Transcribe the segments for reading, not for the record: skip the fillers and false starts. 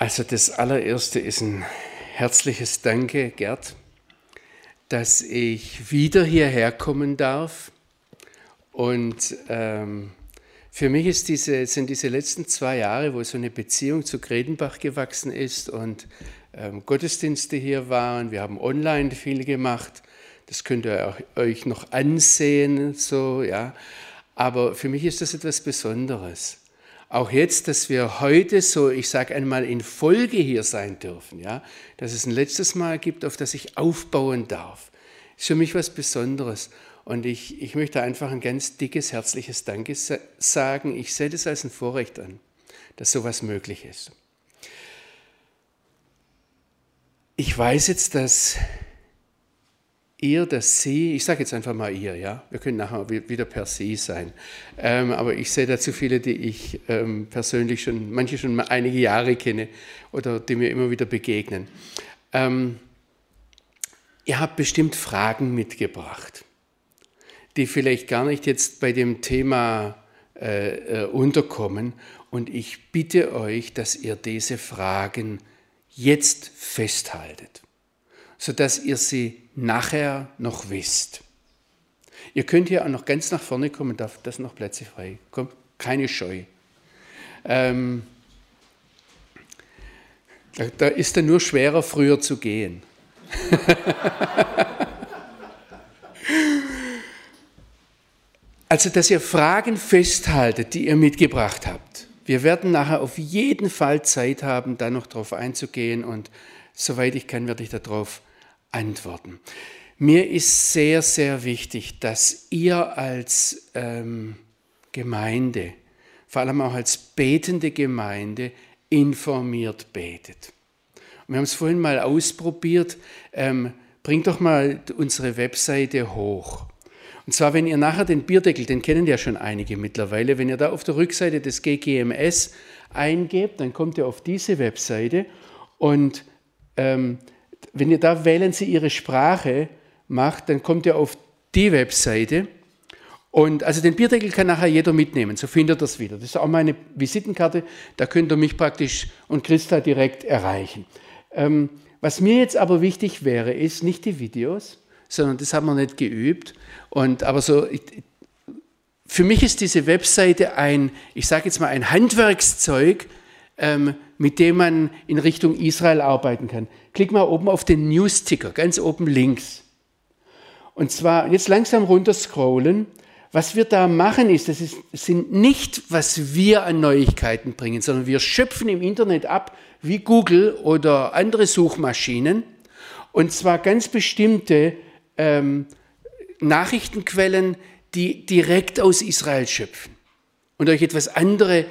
Also das allererste ist ein herzliches Danke, Gerd, dass ich wieder hierher kommen darf. Und für mich sind diese letzten 2 Jahre, wo so eine Beziehung zu Gredenbach gewachsen ist und Gottesdienste hier waren. Wir haben online viel gemacht. Das könnt ihr euch noch ansehen, so, ja. Aber für mich ist das etwas Besonderes. Auch jetzt, dass wir heute so, ich sage einmal, in Folge hier sein dürfen, ja, dass es ein letztes Mal gibt, auf das ich aufbauen darf, ist für mich was Besonderes. Und ich möchte einfach ein ganz dickes, herzliches Danke sagen. Ich sehe das als ein Vorrecht an, dass sowas möglich ist. Ich weiß jetzt, dass Sie, ich sage jetzt einfach mal ihr, ja, wir können nachher wieder per Sie sein, aber ich sehe dazu viele, die ich persönlich manche schon einige Jahre kenne oder die mir immer wieder begegnen. Ihr habt bestimmt Fragen mitgebracht, die vielleicht gar nicht jetzt bei dem Thema unterkommen, und ich bitte euch, dass ihr diese Fragen jetzt festhaltet, sodass ihr sie nachher noch wisst. Ihr könnt hier auch noch ganz nach vorne kommen, da sind noch Plätze frei. Kommt, keine Scheu. Da ist dann nur schwerer, früher zu gehen. Also, dass ihr Fragen festhaltet, die ihr mitgebracht habt. Wir werden nachher auf jeden Fall Zeit haben, da noch drauf einzugehen, und soweit ich kann, werde ich darauf antworten. Mir ist sehr, sehr wichtig, dass ihr als Gemeinde, vor allem auch als betende Gemeinde, informiert betet. Und wir haben es vorhin mal ausprobiert. Bringt doch mal unsere Webseite hoch. Und zwar, wenn ihr nachher den Bierdeckel, den kennen ja schon einige mittlerweile, wenn ihr da auf der Rückseite des GGMS eingebt, dann kommt ihr auf diese Webseite, und wenn ihr da wählen Sie Ihre Sprache macht, dann kommt ihr auf die Webseite, und also den Bierdeckel kann nachher jeder mitnehmen, so findet ihr das wieder. Das ist auch meine Visitenkarte, da könnt ihr mich praktisch und Christa direkt erreichen. Was mir jetzt aber wichtig wäre, ist nicht die Videos, sondern das haben wir nicht geübt. Aber so, für mich ist diese Webseite ich sage jetzt mal, ein Handwerkszeug, mit dem man in Richtung Israel arbeiten kann. Klick mal oben auf den News-Ticker, ganz oben links. Und zwar jetzt langsam runter scrollen. Was wir da machen sind nicht, was wir an Neuigkeiten bringen, sondern wir schöpfen im Internet ab, wie Google oder andere Suchmaschinen, und zwar ganz bestimmte Nachrichtenquellen, die direkt aus Israel schöpfen und euch etwas andere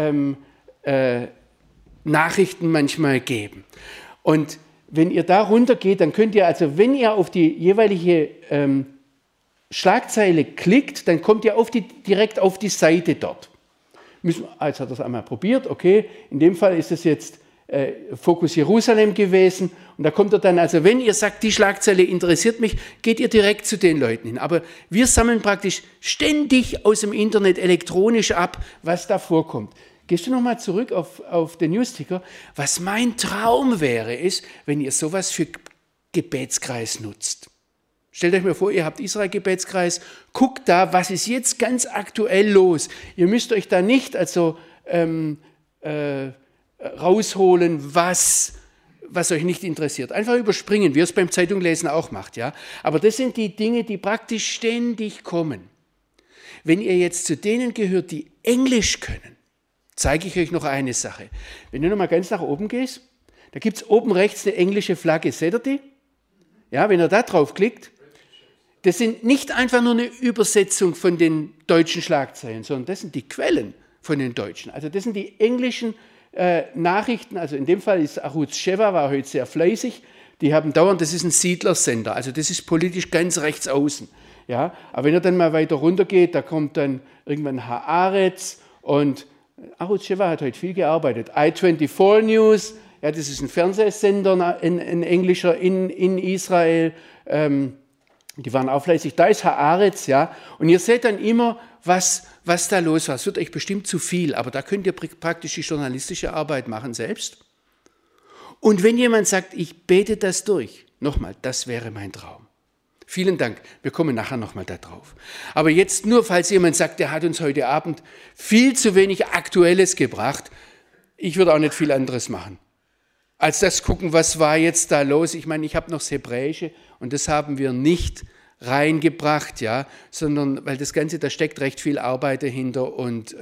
Nachrichten manchmal geben. Und wenn ihr da runtergeht, dann könnt ihr, also wenn ihr auf die jeweilige Schlagzeile klickt, dann kommt ihr direkt auf die Seite dort. Jetzt hat er das einmal probiert, okay, in dem Fall ist es jetzt Fokus Jerusalem gewesen, und da kommt er dann, also wenn ihr sagt, die Schlagzeile interessiert mich, geht ihr direkt zu den Leuten hin. Aber wir sammeln praktisch ständig aus dem Internet elektronisch ab, was da vorkommt. Gehst du nochmal zurück auf den Newsticker? Was mein Traum wäre, ist, wenn ihr sowas für Gebetskreis nutzt. Stellt euch mal vor, ihr habt Israel-Gebetskreis, guckt da, was ist jetzt ganz aktuell los. Ihr müsst euch da nicht rausholen, was euch nicht interessiert. Einfach überspringen, wie ihr es beim Zeitunglesen auch macht. Ja? Aber das sind die Dinge, die praktisch ständig kommen. Wenn ihr jetzt zu denen gehört, die Englisch können, zeige ich euch noch eine Sache. Wenn du noch mal ganz nach oben gehst, da gibt es oben rechts eine englische Flagge. Seht ihr die? Ja, wenn ihr da drauf klickt, das sind nicht einfach nur eine Übersetzung von den deutschen Schlagzeilen, sondern das sind die Quellen von den Deutschen. Also das sind die englischen Nachrichten, also in dem Fall ist Arutz Sheva, war heute sehr fleißig, die haben dauernd, das ist ein Siedlersender, also das ist politisch ganz rechts außen. Ja? Aber wenn er dann mal weiter runter geht, da kommt dann irgendwann Haaretz, und Arutz Sheva hat heute viel gearbeitet, I24 News, ja, das ist ein Fernsehsender, ein englischer in Israel, die waren auch fleißig, da ist Haaretz, ja, und ihr seht dann immer, was da los war. Es wird euch bestimmt zu viel, aber da könnt ihr praktisch die journalistische Arbeit machen selbst. Und wenn jemand sagt, ich bete das durch, nochmal, das wäre mein Traum. Vielen Dank, wir kommen nachher nochmal da drauf. Aber jetzt nur, falls jemand sagt, der hat uns heute Abend viel zu wenig Aktuelles gebracht, ich würde auch nicht viel anderes machen. Als das gucken, was war jetzt da los. Ich meine, ich habe noch das Hebräische und das haben wir nicht reingebracht, ja, sondern, weil das Ganze, da steckt recht viel Arbeit dahinter und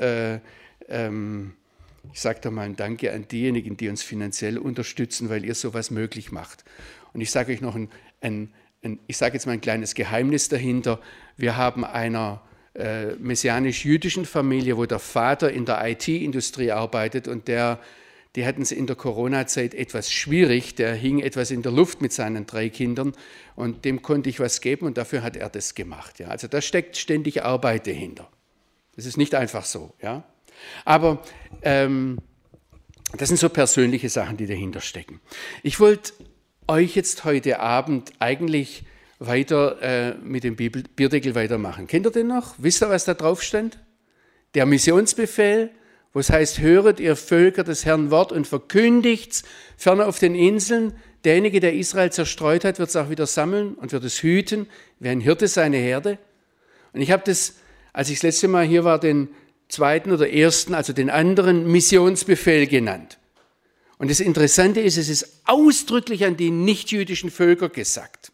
ich sage da mal ein Danke an diejenigen, die uns finanziell unterstützen, weil ihr sowas möglich macht. Und ich sage euch noch ich sage jetzt mal ein kleines Geheimnis dahinter. Wir haben einer messianisch-jüdischen Familie, wo der Vater in der IT-Industrie arbeitet und die hatten es in der Corona-Zeit etwas schwierig. Der hing etwas in der Luft mit seinen 3 Kindern und dem konnte ich was geben und dafür hat er das gemacht. Ja. Also da steckt ständig Arbeit dahinter. Das ist nicht einfach so. Ja. Aber das sind so persönliche Sachen, die dahinter stecken. Ich wollte euch jetzt heute Abend eigentlich weiter mit dem Bierdeckel weitermachen. Kennt ihr den noch? Wisst ihr, was da drauf stand? Der Missionsbefehl, wo es heißt, höret ihr Völker des Herrn Wort und verkündigt's ferner auf den Inseln. Derjenige, der Israel zerstreut hat, wird es auch wieder sammeln und wird es hüten, wie ein Hirte seine Herde. Und ich habe das, als ich das letzte Mal hier war, den 2. oder 1., also den anderen Missionsbefehl genannt. Und das Interessante ist, es ist ausdrücklich an die nichtjüdischen Völker gesagt.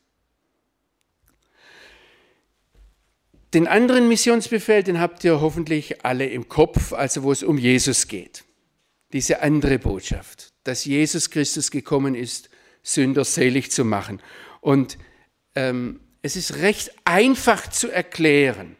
Den anderen Missionsbefehl, den habt ihr hoffentlich alle im Kopf, also wo es um Jesus geht. Diese andere Botschaft, dass Jesus Christus gekommen ist, Sünder selig zu machen. Und es ist recht einfach zu erklären,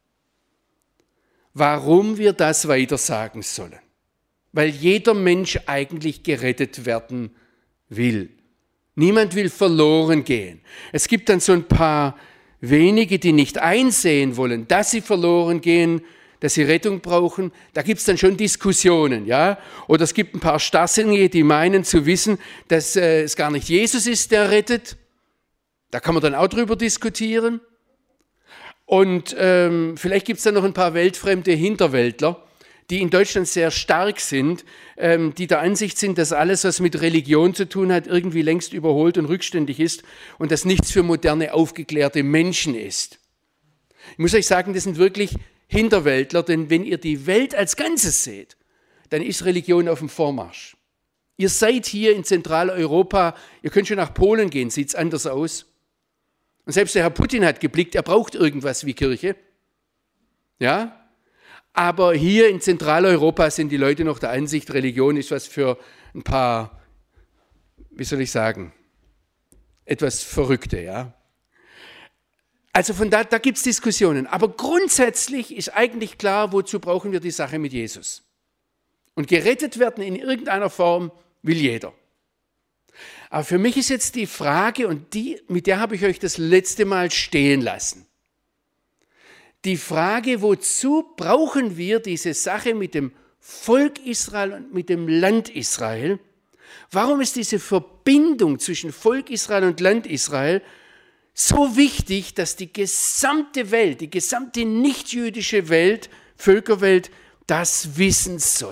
warum wir das weitersagen sollen. Weil jeder Mensch eigentlich gerettet werden will. Niemand will verloren gehen. Es gibt dann so ein paar wenige, die nicht einsehen wollen, dass sie verloren gehen, dass sie Rettung brauchen. Da gibt es dann schon Diskussionen, ja. Oder es gibt ein paar Starrsinnige, die meinen zu wissen, dass es gar nicht Jesus ist, der rettet. Da kann man dann auch drüber diskutieren. Und vielleicht gibt es dann noch ein paar weltfremde Hinterwäldler, die in Deutschland sehr stark sind, die der Ansicht sind, dass alles, was mit Religion zu tun hat, irgendwie längst überholt und rückständig ist und dass nichts für moderne, aufgeklärte Menschen ist. Ich muss euch sagen, das sind wirklich Hinterwäldler, denn wenn ihr die Welt als Ganzes seht, dann ist Religion auf dem Vormarsch. Ihr seid hier in Zentraleuropa, ihr könnt schon nach Polen gehen, sieht es anders aus. Und selbst der Herr Putin hat geblickt, er braucht irgendwas wie Kirche. Ja? Aber hier in Zentraleuropa sind die Leute noch der Ansicht, Religion ist was für ein paar, wie soll ich sagen, etwas Verrückte. Ja? Also von da gibt es Diskussionen. Aber grundsätzlich ist eigentlich klar, wozu brauchen wir die Sache mit Jesus. Und gerettet werden in irgendeiner Form will jeder. Aber für mich ist jetzt die Frage, und mit der habe ich euch das letzte Mal stehen lassen. Die Frage, wozu brauchen wir diese Sache mit dem Volk Israel und mit dem Land Israel? Warum ist diese Verbindung zwischen Volk Israel und Land Israel so wichtig, dass die gesamte Welt, die gesamte nichtjüdische Welt, Völkerwelt, das wissen soll?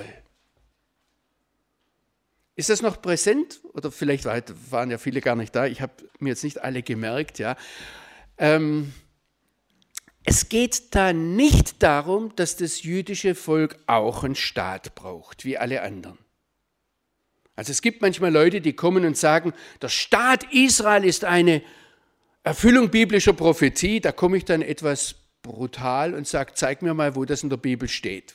Ist das noch präsent? Oder vielleicht waren ja viele gar nicht da. Ich habe mir jetzt nicht alle gemerkt. Ja. Es geht da nicht darum, dass das jüdische Volk auch einen Staat braucht, wie alle anderen. Also es gibt manchmal Leute, die kommen und sagen, der Staat Israel ist eine Erfüllung biblischer Prophetie. Da komme ich dann etwas brutal und sage, zeig mir mal, wo das in der Bibel steht.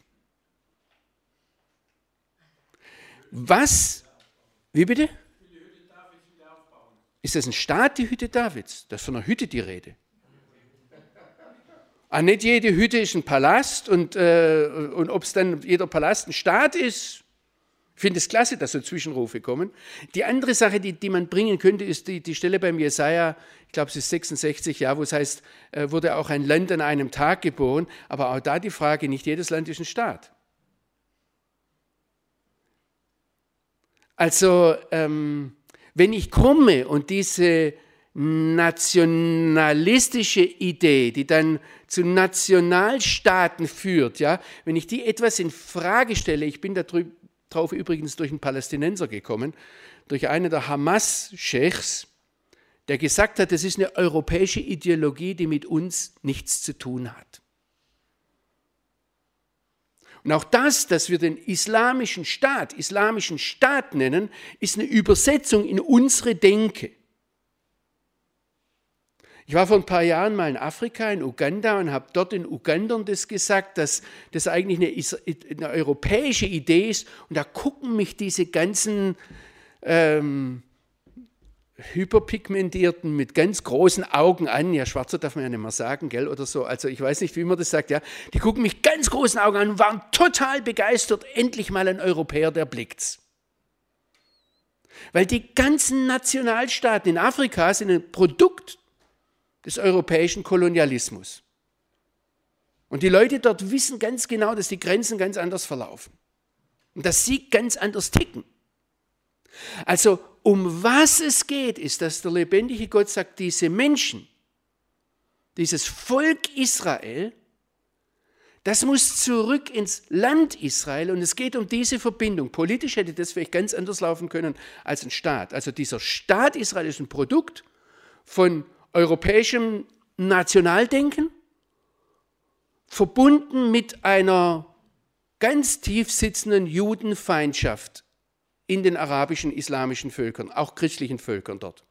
Was? Wie bitte? Ist das ein Staat, die Hütte Davids? Das ist von einer Hütte die Rede. Nicht jede Hütte ist ein Palast und ob es dann jeder Palast ein Staat ist, ich finde es klasse, dass so Zwischenrufe kommen. Die andere Sache, die man bringen könnte, ist die Stelle beim Jesaja, ich glaube es ist 66, ja, wo es heißt, wurde auch ein Land an einem Tag geboren, aber auch da die Frage, nicht jedes Land ist ein Staat. Also, wenn ich komme und diese nationalistische Idee, die dann zu Nationalstaaten führt, ja, wenn ich die etwas in Frage stelle, ich bin drauf übrigens durch einen Palästinenser gekommen, durch einen der Hamas-Scheichs, der gesagt hat, das ist eine europäische Ideologie, die mit uns nichts zu tun hat. Und auch das, dass wir den islamischen Staat nennen, ist eine Übersetzung in unsere Denke. Ich war vor ein paar Jahren mal in Afrika, in Uganda, und habe dort den Ugandern das gesagt, dass das eigentlich eine europäische Idee ist. Und da gucken mich diese ganzen hyperpigmentierten, mit ganz großen Augen an, ja, Schwarzer darf man ja nicht mehr sagen, gell, oder so, also ich weiß nicht, wie man das sagt, ja, die gucken mich ganz großen Augen an und waren total begeistert, endlich mal ein Europäer, der blickt's. Weil die ganzen Nationalstaaten in Afrika sind ein Produkt des europäischen Kolonialismus. Und die Leute dort wissen ganz genau, dass die Grenzen ganz anders verlaufen und dass sie ganz anders ticken. Also um was es geht, ist, dass der lebendige Gott sagt, diese Menschen, dieses Volk Israel, das muss zurück ins Land Israel und es geht um diese Verbindung. Politisch hätte das vielleicht ganz anders laufen können als ein Staat. Also dieser Staat Israel ist ein Produkt von europäischem Nationaldenken, verbunden mit einer ganz tief sitzenden Judenfeindschaft in den arabischen, islamischen Völkern, auch christlichen Völkern dort.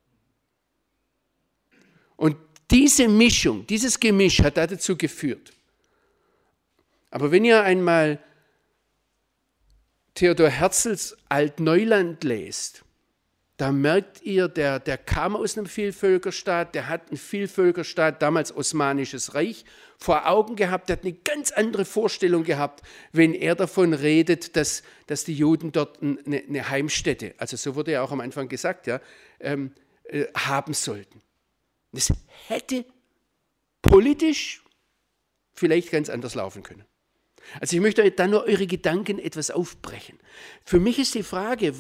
Und diese Mischung, dieses Gemisch hat dazu geführt. Aber wenn ihr einmal Theodor Herzls Altneuland lest, da merkt ihr, der kam aus einem Vielvölkerstaat, der hat einen Vielvölkerstaat, damals Osmanisches Reich, vor Augen gehabt, der hat eine ganz andere Vorstellung gehabt, wenn er davon redet, dass die Juden dort eine Heimstätte, also so wurde ja auch am Anfang gesagt, ja, haben sollten. Das hätte politisch vielleicht ganz anders laufen können. Also ich möchte da nur eure Gedanken etwas aufbrechen. Für mich ist die Frage,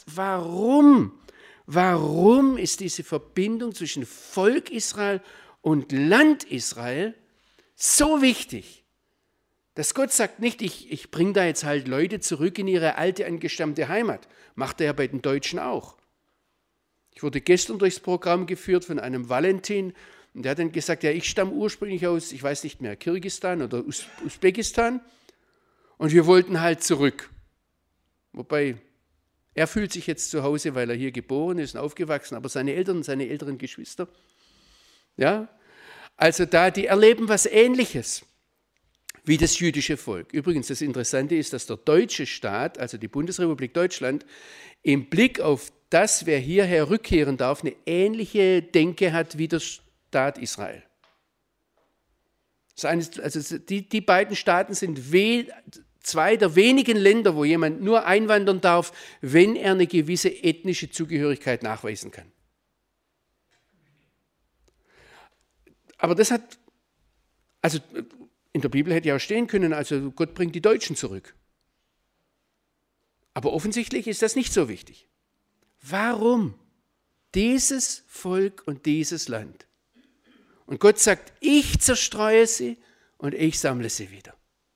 warum ist diese Verbindung zwischen Volk Israel und Land Israel so wichtig, dass Gott sagt nicht, ich bringe da jetzt halt Leute zurück in ihre alte angestammte Heimat. Macht er ja bei den Deutschen auch. Ich wurde gestern durchs Programm geführt von einem Valentin und der hat dann gesagt, ja, ich stamme ursprünglich aus, ich weiß nicht mehr, Kirgisistan oder Usbekistan und wir wollten halt zurück. Wobei, er fühlt sich jetzt zu Hause, weil er hier geboren ist und aufgewachsen, aber seine Eltern, seine älteren Geschwister, ja, also die erleben was Ähnliches wie das jüdische Volk. Übrigens, das Interessante ist, dass der deutsche Staat, also die Bundesrepublik Deutschland, im Blick auf das, wer hierher rückkehren darf, eine ähnliche Denke hat wie der Staat Israel. Also die beiden Staaten sind zwei der wenigen Länder, wo jemand nur einwandern darf, wenn er eine gewisse ethnische Zugehörigkeit nachweisen kann. Aber das hat, also in der Bibel hätte ja auch stehen können, also Gott bringt die Deutschen zurück. Aber offensichtlich ist das nicht so wichtig. Warum dieses Volk und dieses Land? Und Gott sagt, ich zerstreue sie und ich sammle sie wieder.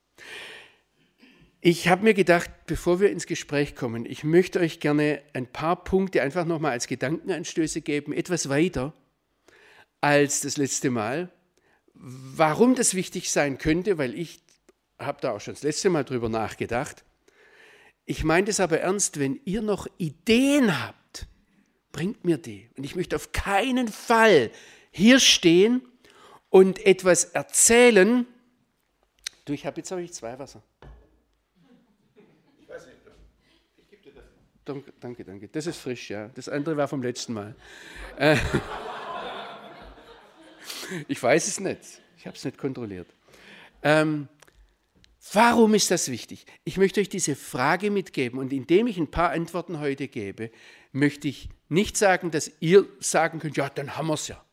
Ich habe mir gedacht, bevor wir ins Gespräch kommen, ich möchte euch gerne ein paar Punkte einfach nochmal als Gedankenanstöße geben, etwas weiter als das letzte Mal. Warum das wichtig sein könnte, weil ich habe da auch schon das letzte Mal drüber nachgedacht. Ich meine das aber ernst, wenn ihr noch Ideen habt, bringt mir die. Und ich möchte auf keinen Fall hier stehen und etwas erzählen. Du, jetzt habe ich 2 Wasser. Ich weiß nicht, ich gebe dir das. Danke. Das ist frisch, ja. Das andere war vom letzten Mal. Ich weiß es nicht. Ich habe es nicht kontrolliert. Warum ist das wichtig? Ich möchte euch diese Frage mitgeben und indem ich ein paar Antworten heute gebe, möchte ich nicht sagen, dass ihr sagen könnt, ja, dann haben wir es ja.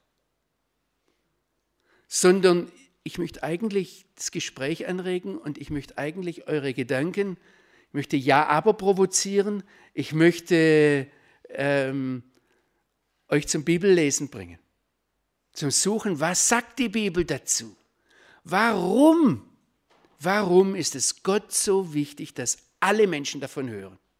Sondern ich möchte eigentlich das Gespräch anregen und ich möchte eigentlich eure Gedanken, ich möchte Ja-Aber provozieren, ich möchte euch zum Bibellesen bringen, zum Suchen, was sagt die Bibel dazu? Warum ist es Gott so wichtig, dass alle Menschen davon hören?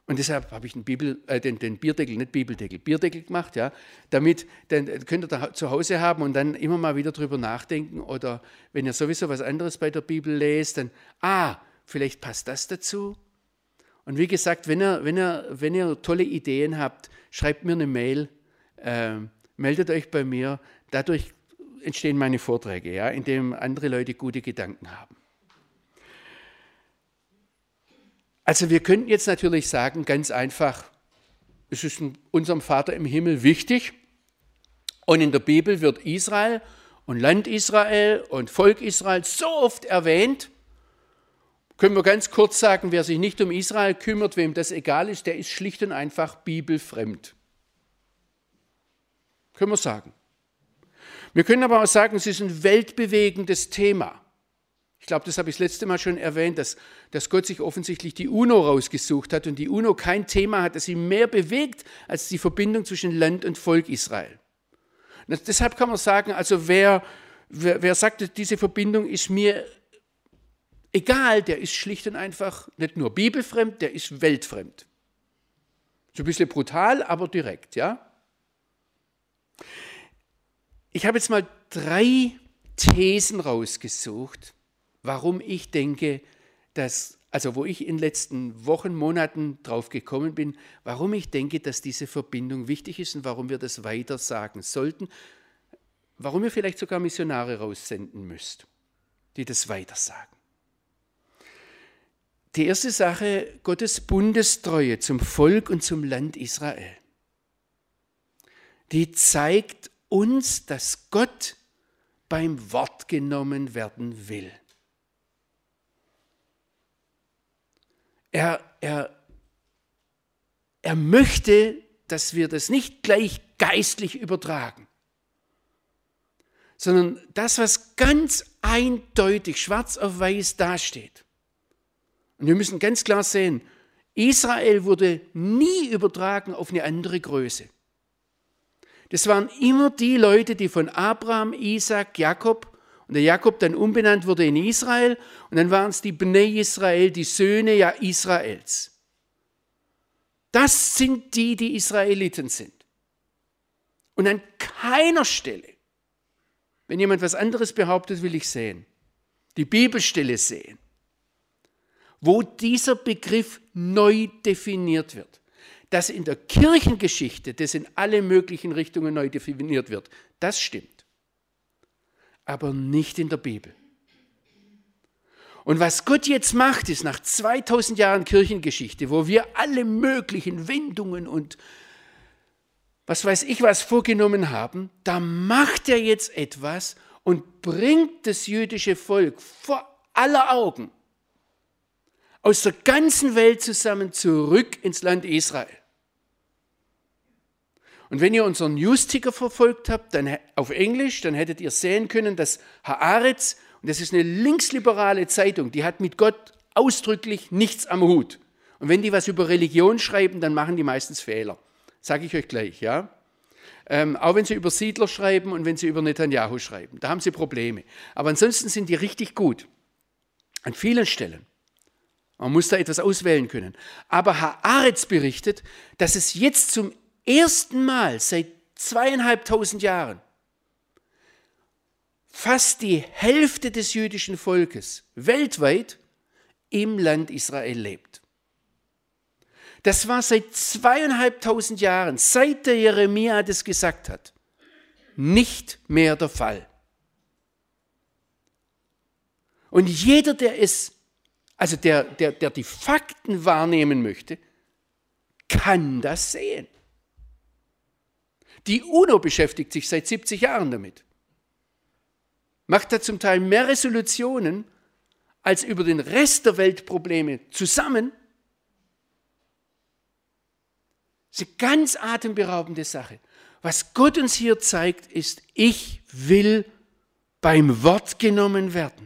Und deshalb habe ich den Bierdeckel, nicht Bibeldeckel, Bierdeckel gemacht, ja, damit, dann könnt ihr da zu Hause haben und dann immer mal wieder drüber nachdenken oder wenn ihr sowieso was anderes bei der Bibel lest, dann, vielleicht passt das dazu. Und wie gesagt, wenn ihr tolle Ideen habt, schreibt mir eine Mail, meldet euch bei mir, dadurch entstehen meine Vorträge, ja, in denen andere Leute gute Gedanken haben. Also wir könnten jetzt natürlich sagen, ganz einfach, es ist unserem Vater im Himmel wichtig und in der Bibel wird Israel und Land Israel und Volk Israel so oft erwähnt, können wir ganz kurz sagen, wer sich nicht um Israel kümmert, wem das egal ist, der ist schlicht und einfach bibelfremd. Können wir sagen. Wir können aber auch sagen, es ist ein weltbewegendes Thema. Ich glaube, das habe ich das letzte Mal schon erwähnt, dass Gott sich offensichtlich die UNO rausgesucht hat und die UNO kein Thema hat, das ihn mehr bewegt als die Verbindung zwischen Land und Volk Israel. Und deshalb kann man sagen, also wer sagt, diese Verbindung ist mir egal, der ist schlicht und einfach nicht nur bibelfremd, der ist weltfremd. So ein bisschen brutal, aber direkt, ja. Ich habe jetzt mal 3 Thesen rausgesucht, warum ich denke, wo ich in den letzten Wochen, Monaten drauf gekommen bin, warum ich denke, dass diese Verbindung wichtig ist und warum wir das weiter sagen sollten, warum ihr vielleicht sogar Missionare raussenden müsst, die das weiter sagen. Die erste Sache, Gottes Bundestreue zum Volk und zum Land Israel. Die zeigt uns, dass Gott beim Wort genommen werden will. Er möchte, dass wir das nicht gleich geistlich übertragen, sondern das, was ganz eindeutig schwarz auf weiß dasteht. Und wir müssen ganz klar sehen, Israel wurde nie übertragen auf eine andere Größe. Das waren immer die Leute, die von Abraham, Isaak, Jakob und der Jakob dann umbenannt wurde in Israel und dann waren es die Bnei Israel, die Söhne Israels. Das sind die Israeliten sind. Und an keiner Stelle, wenn jemand was anderes behauptet, will ich sehen, die Bibelstelle sehen, wo dieser Begriff neu definiert wird. Dass in der Kirchengeschichte das in alle möglichen Richtungen neu definiert wird, das stimmt. Aber nicht in der Bibel. Und was Gott jetzt macht, ist nach 2000 Jahren Kirchengeschichte, wo wir alle möglichen Wendungen und was weiß ich was vorgenommen haben, da macht er jetzt etwas und bringt das jüdische Volk vor aller Augen aus der ganzen Welt zusammen zurück ins Land Israel. Und wenn ihr unseren News-Ticker verfolgt habt, dann auf Englisch, dann hättet ihr sehen können, dass Haaretz, und das ist eine linksliberale Zeitung, die hat mit Gott ausdrücklich nichts am Hut. Und wenn die was über Religion schreiben, dann machen die meistens Fehler. Sage ich euch gleich, ja. Auch wenn sie über Siedler schreiben und wenn sie über Netanyahu schreiben, da haben sie Probleme. Aber ansonsten sind die richtig gut. An vielen Stellen. Man muss da etwas auswählen können. Aber Haaretz berichtet, dass es jetzt zum ersten Mal seit 2500 Jahren fast die Hälfte des jüdischen Volkes weltweit im Land Israel lebt. Das war seit 2500 Jahren, seit der Jeremia das gesagt hat, nicht mehr der Fall. Und jeder, der die Fakten wahrnehmen möchte, kann das sehen. Die UNO beschäftigt sich seit 70 Jahren damit. Macht da zum Teil mehr Resolutionen als über den Rest der Weltprobleme zusammen. Das ist eine ganz atemberaubende Sache. Was Gott uns hier zeigt, ist, ich will beim Wort genommen werden.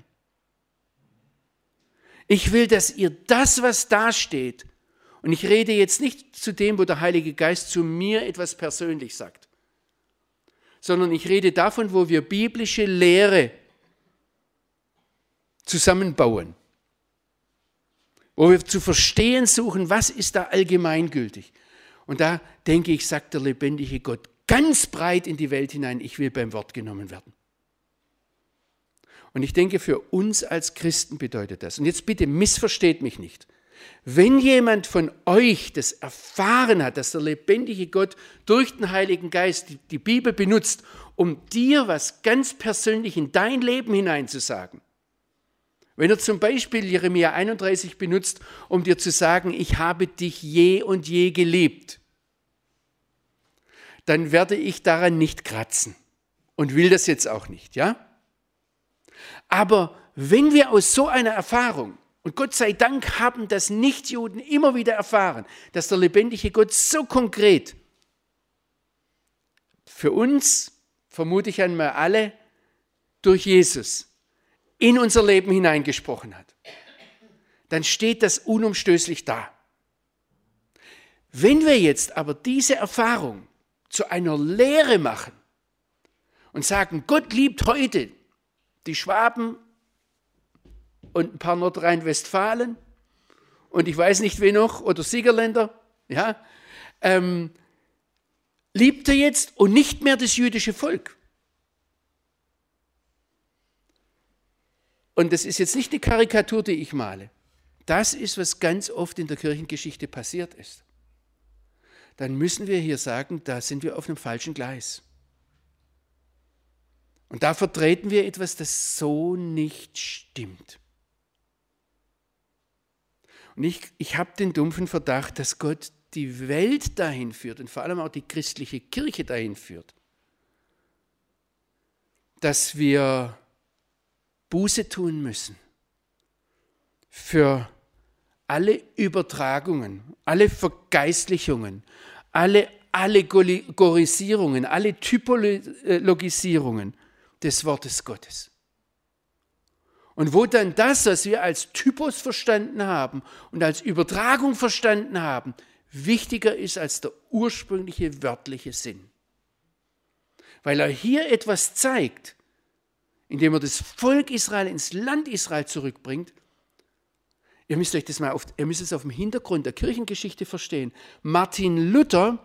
Ich will, dass ihr das, was da steht, und ich rede jetzt nicht zu dem, wo der Heilige Geist zu mir etwas persönlich sagt, sondern ich rede davon, wo wir biblische Lehre zusammenbauen. wo wir zu verstehen suchen, was ist da allgemeingültig. Und da denke ich, sagt der lebendige Gott ganz breit in die Welt hinein, ich will beim Wort genommen werden. Und ich denke, für uns als Christen bedeutet das. Und jetzt bitte missversteht mich nicht. Wenn jemand von euch das erfahren hat, dass der lebendige Gott durch den Heiligen Geist die Bibel benutzt, um dir was ganz persönlich in dein Leben hineinzusagen, wenn er zum Beispiel Jeremia 31 benutzt, um dir zu sagen, ich habe dich je und je geliebt, dann werde ich daran nicht kratzen und will das jetzt auch nicht, ja? Aber wenn wir aus so einer Erfahrung, und Gott sei Dank haben das Nichtjuden immer wieder erfahren, dass der lebendige Gott so konkret für uns, vermute ich einmal alle, durch Jesus in unser Leben hineingesprochen hat, dann steht das unumstößlich da. Wenn wir jetzt aber diese Erfahrung zu einer Lehre machen und sagen, Gott liebt heute die Schwaben und ein paar Nordrhein-Westfalen und ich weiß nicht wen noch, oder Siegerländer, ja, liebt er jetzt und nicht mehr das jüdische Volk. Und das ist jetzt nicht eine Karikatur, die ich male. Das ist, was ganz oft in der Kirchengeschichte passiert ist. Dann müssen wir hier sagen, da sind wir auf einem falschen Gleis. Und da vertreten wir etwas, das so nicht stimmt. Und ich habe den dumpfen Verdacht, dass Gott die Welt dahin führt und vor allem auch die christliche Kirche dahin führt, dass wir Buße tun müssen für alle Übertragungen, alle Vergeistlichungen, alle Allegorisierungen, alle Typologisierungen des Wortes Gottes. Und wo dann das, was wir als Typos verstanden haben und als Übertragung verstanden haben, wichtiger ist als der ursprüngliche wörtliche Sinn. Weil er hier etwas zeigt, indem er das Volk Israel ins Land Israel zurückbringt. Ihr müsst es auf dem Hintergrund der Kirchengeschichte verstehen. Martin Luther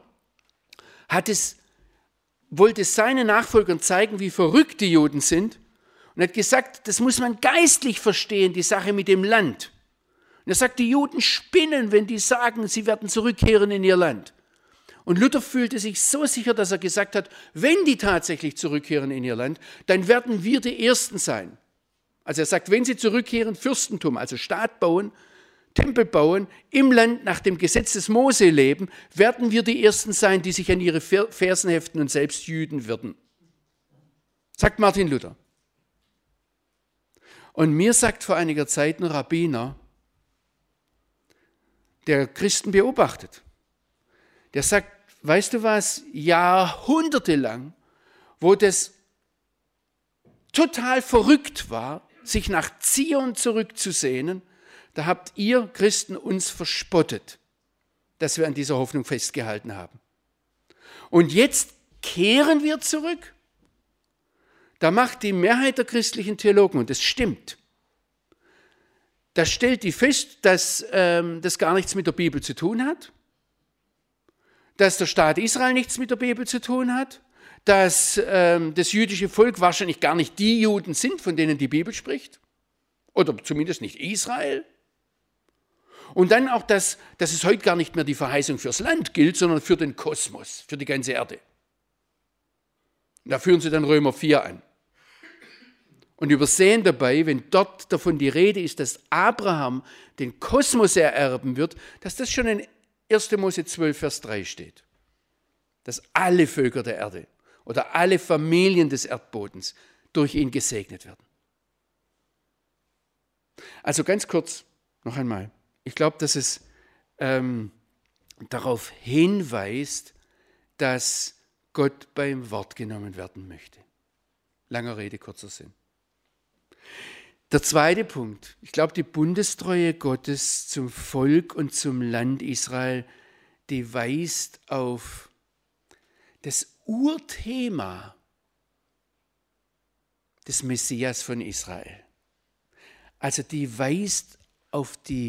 wollte seinen Nachfolgern zeigen, wie verrückt die Juden sind und hat gesagt, das muss man geistlich verstehen, die Sache mit dem Land. Und er sagt, die Juden spinnen, wenn die sagen, sie werden zurückkehren in ihr Land. Und Luther fühlte sich so sicher, dass er gesagt hat, wenn die tatsächlich zurückkehren in ihr Land, dann werden wir die Ersten sein. Also er sagt, wenn sie zurückkehren, Fürstentum, also Staat bauen, Tempel bauen, im Land nach dem Gesetz des Mose leben, werden wir die Ersten sein, die sich an ihre Fersen heften und selbst Jüden würden. Sagt Martin Luther. Und mir sagt vor einiger Zeit ein Rabbiner, der Christen beobachtet, der sagt, weißt du was, jahrhundertelang, wo das total verrückt war, sich nach Zion zurückzusehnen, da habt ihr Christen uns verspottet, dass wir an dieser Hoffnung festgehalten haben. Und jetzt kehren wir zurück. Da macht die Mehrheit der christlichen Theologen, und das stimmt, da stellt die fest, dass das gar nichts mit der Bibel zu tun hat, dass der Staat Israel nichts mit der Bibel zu tun hat, dass das jüdische Volk wahrscheinlich gar nicht die Juden sind, von denen die Bibel spricht, oder zumindest nicht Israel. Und dann auch, dass es heute gar nicht mehr die Verheißung fürs Land gilt, sondern für den Kosmos, für die ganze Erde. Und da führen sie dann Römer 4 an. Und übersehen dabei, wenn dort davon die Rede ist, dass Abraham den Kosmos ererben wird, dass das schon in 1. Mose 12, Vers 3 steht. Dass alle Völker der Erde oder alle Familien des Erdbodens durch ihn gesegnet werden. Also ganz kurz noch einmal. Ich glaube, dass es darauf hinweist, dass Gott beim Wort genommen werden möchte. Langer Rede, kurzer Sinn. Der zweite Punkt. Ich glaube, die Bundestreue Gottes zum Volk und zum Land Israel, die weist auf das Urthema des Messias von Israel. Also die weist auf die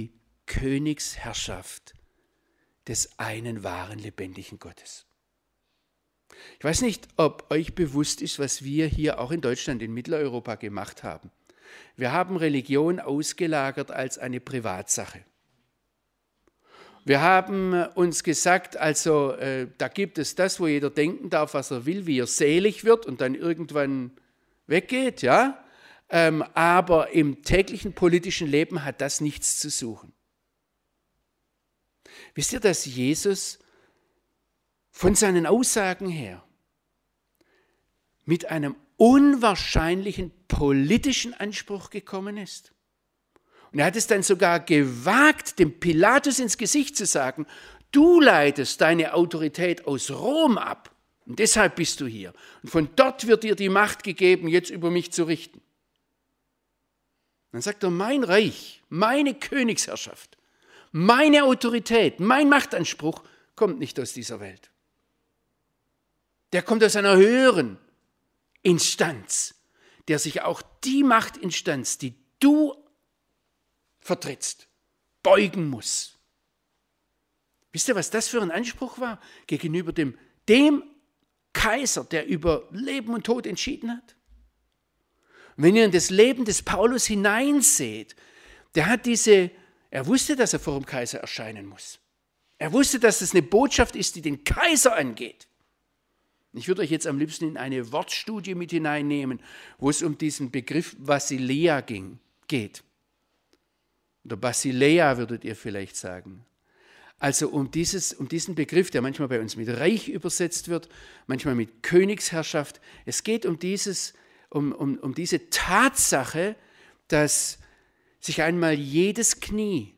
Königsherrschaft des einen wahren, lebendigen Gottes. Ich weiß nicht, ob euch bewusst ist, was wir hier auch in Deutschland, in Mitteleuropa gemacht haben. Wir haben Religion ausgelagert als eine Privatsache. Wir haben uns gesagt, also da gibt es das, wo jeder denken darf, was er will, wie er selig wird und dann irgendwann weggeht, ja. Aber im täglichen politischen Leben hat das nichts zu suchen. Wisst ihr, dass Jesus von seinen Aussagen her mit einem unwahrscheinlichen politischen Anspruch gekommen ist? Und er hat es dann sogar gewagt, dem Pilatus ins Gesicht zu sagen, du leitest deine Autorität aus Rom ab und deshalb bist du hier. Und von dort wird dir die Macht gegeben, jetzt über mich zu richten. Dann sagt er, mein Reich, meine Königsherrschaft, meine Autorität, mein Machtanspruch kommt nicht aus dieser Welt. Der kommt aus einer höheren Instanz, der sich auch die Machtinstanz, die du vertrittst, beugen muss. Wisst ihr, was das für ein Anspruch war gegenüber dem Kaiser, der über Leben und Tod entschieden hat? Und wenn ihr in das Leben des Paulus hineinseht, er wusste, dass er vor dem Kaiser erscheinen muss. Er wusste, dass es eine Botschaft ist, die den Kaiser angeht. Ich würde euch jetzt am liebsten in eine Wortstudie mit hineinnehmen, wo es um diesen Begriff Basileia geht. Oder Basileia würdet ihr vielleicht sagen. Also um diesen Begriff, der manchmal bei uns mit Reich übersetzt wird, manchmal mit Königsherrschaft. Es geht um diese Tatsache, dass sich einmal jedes Knie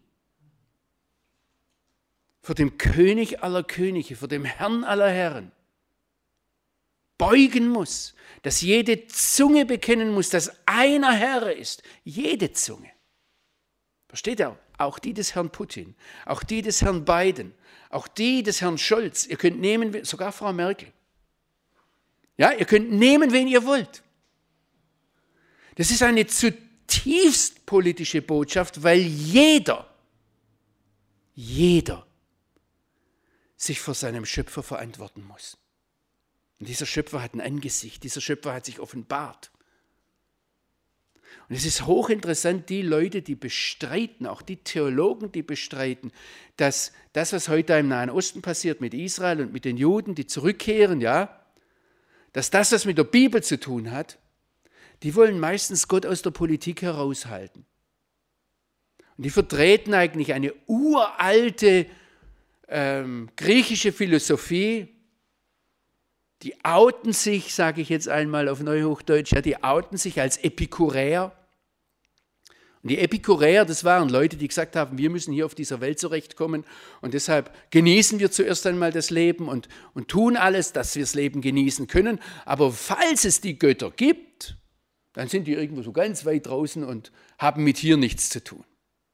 vor dem König aller Könige, vor dem Herrn aller Herren beugen muss, dass jede Zunge bekennen muss, dass einer Herr ist. Jede Zunge. Versteht ihr? Auch die des Herrn Putin, auch die des Herrn Biden, auch die des Herrn Scholz. Ihr könnt nehmen, sogar Frau Merkel. Ja, ihr könnt nehmen, wen ihr wollt. Das ist eine zutiefst politische Botschaft, weil jeder sich vor seinem Schöpfer verantworten muss. Und dieser Schöpfer hat ein Angesicht, dieser Schöpfer hat sich offenbart. Und es ist hochinteressant, die Leute, die bestreiten, auch die Theologen, die bestreiten, dass das, was heute im Nahen Osten passiert mit Israel und mit den Juden, die zurückkehren, ja, dass das, was mit der Bibel zu tun hat, die wollen meistens Gott aus der Politik heraushalten. Und die vertreten eigentlich eine uralte griechische Philosophie. Die outen sich, sage ich jetzt einmal auf Neuhochdeutsch, ja, die outen sich als Epikuräer. Und die Epikuräer, das waren Leute, die gesagt haben, wir müssen hier auf dieser Welt zurechtkommen und deshalb genießen wir zuerst einmal das Leben und tun alles, dass wir das Leben genießen können. Aber falls es die Götter gibt, dann sind die irgendwo so ganz weit draußen und haben mit hier nichts zu tun.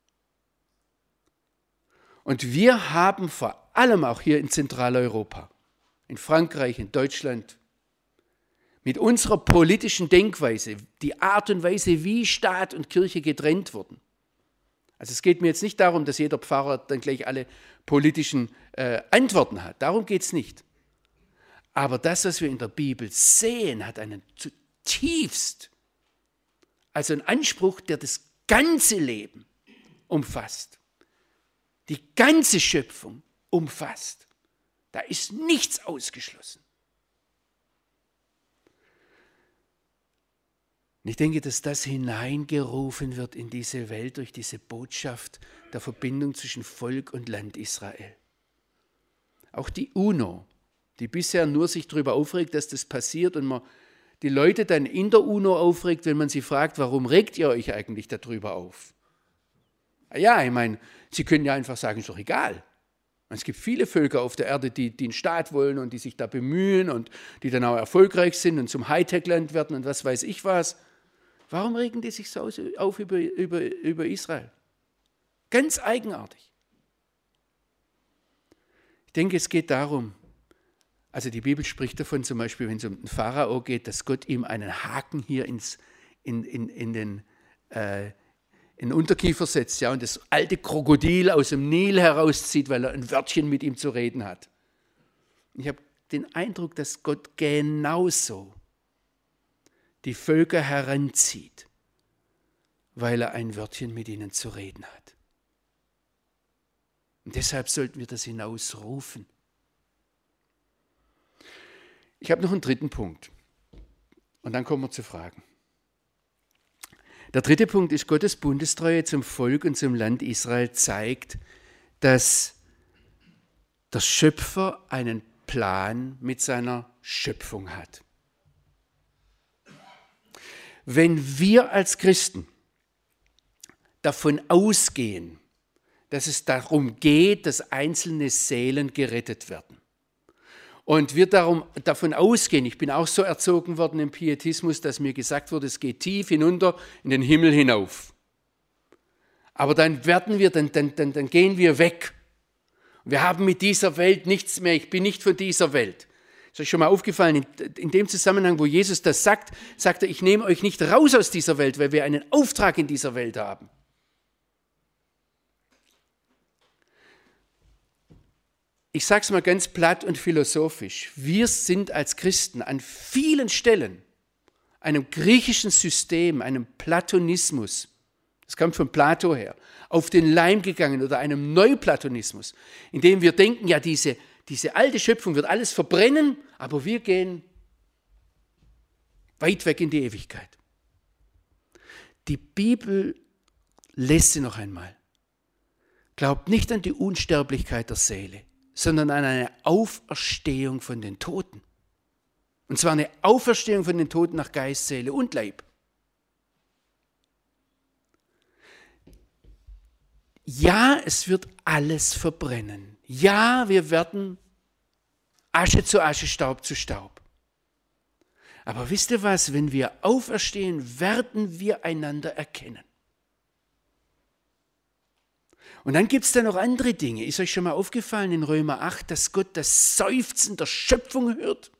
Und wir haben vor allem auch hier in Zentraleuropa, in Frankreich, in Deutschland, mit unserer politischen Denkweise, die Art und Weise, wie Staat und Kirche getrennt wurden. Also es geht mir jetzt nicht darum, dass jeder Pfarrer dann gleich alle politischen Antworten hat. Darum geht es nicht. Aber das, was wir in der Bibel sehen, hat einen zutiefst, also einen Anspruch, der das ganze Leben umfasst. Die ganze Schöpfung umfasst. Da ist nichts ausgeschlossen. Und ich denke, dass das hineingerufen wird in diese Welt durch diese Botschaft der Verbindung zwischen Volk und Land Israel. Auch die UNO, die bisher nur sich darüber aufregt, dass das passiert und man die Leute dann in der UNO aufregt, wenn man sie fragt, warum regt ihr euch eigentlich darüber auf? Ja, ich meine, sie können ja einfach sagen, ist doch egal. Es gibt viele Völker auf der Erde, die einen Staat wollen und die sich da bemühen und die dann auch erfolgreich sind und zum Hightech-Land werden und was weiß ich was. Warum regen die sich so auf über Israel? Ganz eigenartig. Ich denke, es geht darum, also die Bibel spricht davon zum Beispiel, wenn es um den Pharao geht, dass Gott ihm einen Haken hier in den Unterkiefer setzt, ja, und das alte Krokodil aus dem Nil herauszieht, weil er ein Wörtchen mit ihm zu reden hat. Ich habe den Eindruck, dass Gott genauso die Völker heranzieht, weil er ein Wörtchen mit ihnen zu reden hat. Und deshalb sollten wir das hinausrufen. Ich habe noch einen dritten Punkt. Und dann kommen wir zu Fragen. Der dritte Punkt ist, Gottes Bundestreue zum Volk und zum Land Israel zeigt, dass der Schöpfer einen Plan mit seiner Schöpfung hat. Wenn wir als Christen davon ausgehen, dass es darum geht, dass einzelne Seelen gerettet werden, und wir davon ausgehen, ich bin auch so erzogen worden im Pietismus, dass mir gesagt wurde, es geht tief hinunter in den Himmel hinauf. Aber dann gehen wir weg. Wir haben mit dieser Welt nichts mehr, ich bin nicht von dieser Welt. Ist euch schon mal aufgefallen, in dem Zusammenhang, wo Jesus das sagt, sagt er, ich nehme euch nicht raus aus dieser Welt, weil wir einen Auftrag in dieser Welt haben. Ich sage es mal ganz platt und philosophisch. Wir sind als Christen an vielen Stellen einem griechischen System, einem Platonismus, das kommt von Plato her, auf den Leim gegangen oder einem Neuplatonismus, in dem wir denken, ja, diese alte Schöpfung wird alles verbrennen, aber wir gehen weit weg in die Ewigkeit. Die Bibel lässt sie noch einmal. Glaubt nicht an die Unsterblichkeit der Seele, sondern an eine Auferstehung von den Toten. Und zwar eine Auferstehung von den Toten nach Geist, Seele und Leib. Ja, es wird alles verbrennen. Ja, wir werden Asche zu Asche, Staub zu Staub. Aber wisst ihr was, wenn wir auferstehen, werden wir einander erkennen. Und dann gibt es da noch andere Dinge. Ist euch schon mal aufgefallen in Römer 8, dass Gott das Seufzen der Schöpfung hört?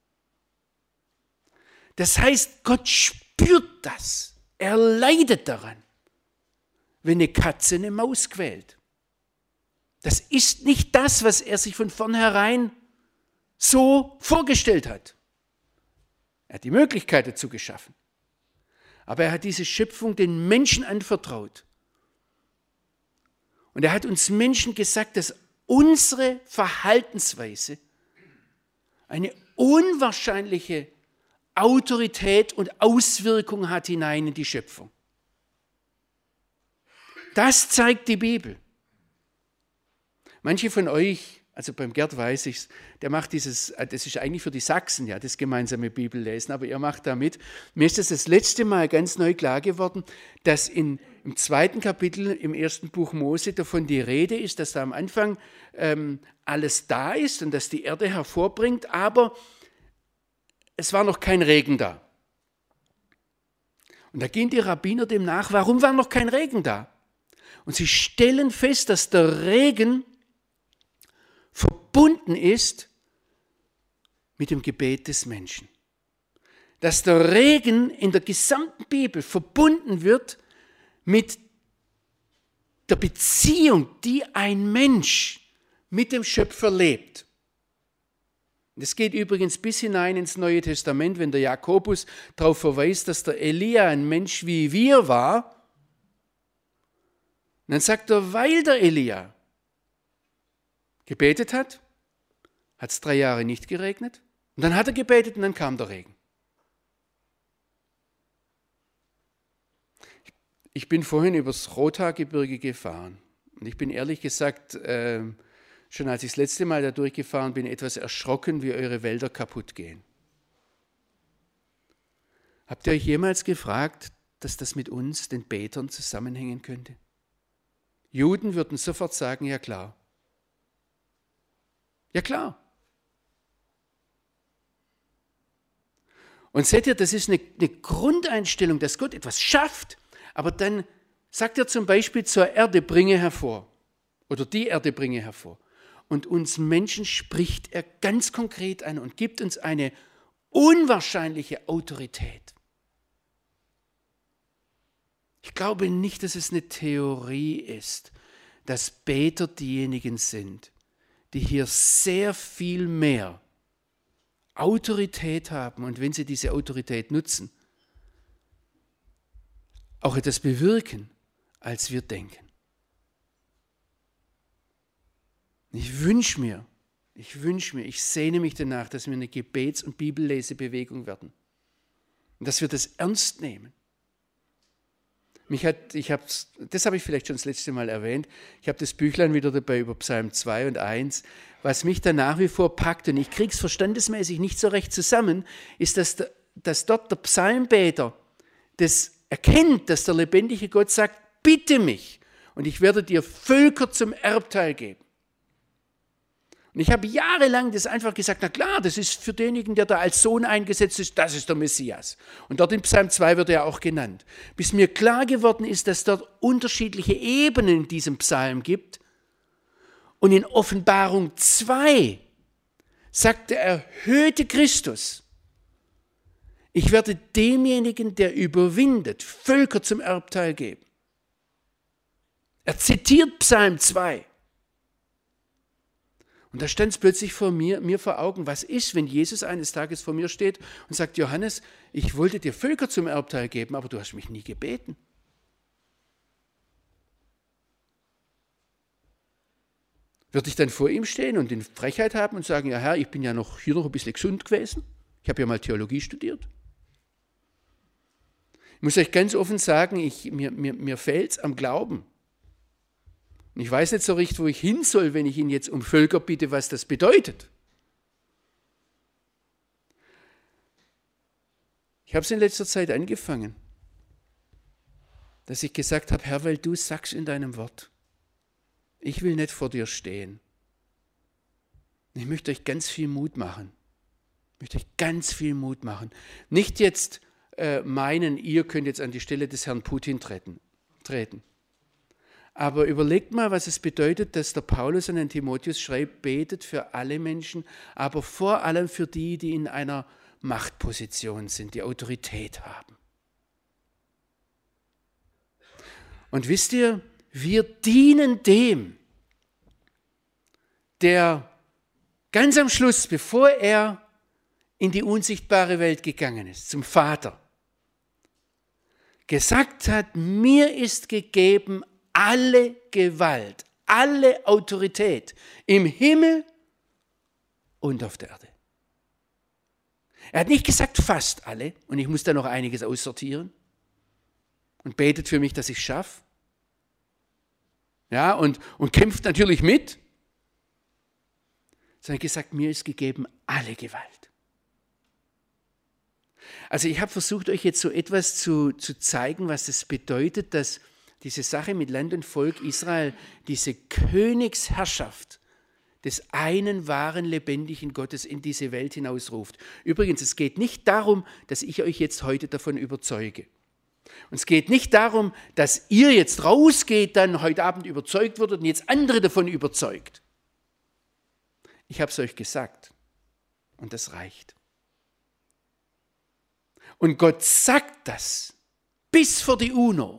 Das heißt, Gott spürt das. Er leidet daran, wenn eine Katze eine Maus quält. Das ist nicht das, was er sich von vornherein so vorgestellt hat. Er hat die Möglichkeit dazu geschaffen. Aber er hat diese Schöpfung den Menschen anvertraut. Und er hat uns Menschen gesagt, dass unsere Verhaltensweise eine unwahrscheinliche Autorität und Auswirkung hat hinein in die Schöpfung. Das zeigt die Bibel. Manche von euch, also beim Gerd weiß ich es, der macht das ist eigentlich für die Sachsen, ja, das gemeinsame Bibellesen, aber ihr macht da mit. Mir ist das letzte Mal ganz neu klar geworden, dass im 2. Kapitel im 1. Buch Mose davon die Rede ist, dass da am Anfang alles da ist und dass die Erde hervorbringt, aber es war noch kein Regen da. Und da gehen die Rabbiner dem nach, warum war noch kein Regen da? Und sie stellen fest, dass der Regen verbunden ist mit dem Gebet des Menschen. Dass der Regen in der gesamten Bibel verbunden wird mit der Beziehung, die ein Mensch mit dem Schöpfer lebt. Das geht übrigens bis hinein ins Neue Testament, wenn der Jakobus darauf verweist, dass der Elia ein Mensch wie wir war. Und dann sagt er, weil der Elia gebetet hat es 3 Jahre nicht geregnet. Und dann hat er gebetet und dann kam der Regen. Ich bin vorhin übers Rothaargebirge gefahren. Und ich bin ehrlich gesagt, schon als ich das letzte Mal da durchgefahren bin, etwas erschrocken, wie eure Wälder kaputt gehen. Habt ihr euch jemals gefragt, dass das mit uns, den Betern, zusammenhängen könnte? Juden würden sofort sagen, ja klar. Ja klar. Und seht ihr, das ist eine Grundeinstellung, dass Gott etwas schafft, aber dann sagt er zum Beispiel zur Erde, bringe hervor. Oder die Erde bringe hervor. Und uns Menschen spricht er ganz konkret an und gibt uns eine unwahrscheinliche Autorität. Ich glaube nicht, dass es eine Theorie ist, dass Beter diejenigen sind, die hier sehr viel mehr Autorität haben und wenn sie diese Autorität nutzen, auch etwas bewirken, als wir denken. Ich wünsche mir, ich sehne mich danach, dass wir eine Gebets- und Bibellesebewegung werden. Und dass wir das ernst nehmen. Das habe ich vielleicht schon das letzte Mal erwähnt, ich habe das Büchlein wieder dabei über Psalm 2 und 1. Was mich da nach wie vor packt, und ich kriege es verstandesmäßig nicht so recht zusammen, ist, dass dort der Psalmbeter das erkennt, dass der lebendige Gott sagt, bitte mich und ich werde dir Völker zum Erbteil geben. Und ich habe jahrelang das einfach gesagt, na klar, das ist für denjenigen, der da als Sohn eingesetzt ist, das ist der Messias. Und dort in Psalm 2 wird er auch genannt. Bis mir klar geworden ist, dass dort unterschiedliche Ebenen in diesem Psalm gibt. Und in Offenbarung 2 sagt der erhöhte Christus, ich werde demjenigen, der überwindet, Völker zum Erbteil geben. Er zitiert Psalm 2. Und da stand es plötzlich vor mir vor Augen, was ist, wenn Jesus eines Tages vor mir steht und sagt, Johannes, ich wollte dir Völker zum Erbteil geben, aber du hast mich nie gebeten. Würde ich dann vor ihm stehen und die Frechheit haben und sagen, ja Herr, ich bin ja hier noch ein bisschen gesund gewesen, ich habe ja mal Theologie studiert. Ich muss euch ganz offen sagen, mir fehlt es am Glauben. Und ich weiß nicht so recht, wo ich hin soll, wenn ich ihn jetzt um Völker bitte, was das bedeutet. Ich habe es in letzter Zeit angefangen, dass ich gesagt habe, Herr, weil du sagst in deinem Wort, ich will nicht vor dir stehen. Ich möchte euch ganz viel Mut machen. Nicht jetzt meinen, ihr könnt jetzt an die Stelle des Herrn Putin treten. Aber überlegt mal, was es bedeutet, dass der Paulus an den Timotheus schreibt, betet für alle Menschen, aber vor allem für die, die in einer Machtposition sind, die Autorität haben. Und wisst ihr, wir dienen dem, der ganz am Schluss, bevor er in die unsichtbare Welt gegangen ist, zum Vater, gesagt hat, mir ist gegeben alle Gewalt, alle Autorität im Himmel und auf der Erde. Er hat nicht gesagt fast alle und ich muss da noch einiges aussortieren und betet für mich, dass ich es schaffe. Ja, und kämpft natürlich mit. Sondern gesagt, mir ist gegeben alle Gewalt. Also ich habe versucht, euch jetzt so etwas zu zeigen, was es bedeutet, dass diese Sache mit Land und Volk Israel, diese Königsherrschaft des einen wahren, lebendigen Gottes in diese Welt hinausruft. Übrigens, es geht nicht darum, dass ich euch jetzt heute davon überzeuge. Und es geht nicht darum, dass ihr jetzt rausgeht, dann heute Abend überzeugt wurdet und jetzt andere davon überzeugt. Ich habe es euch gesagt und das reicht. Und Gott sagt das bis vor die UNO.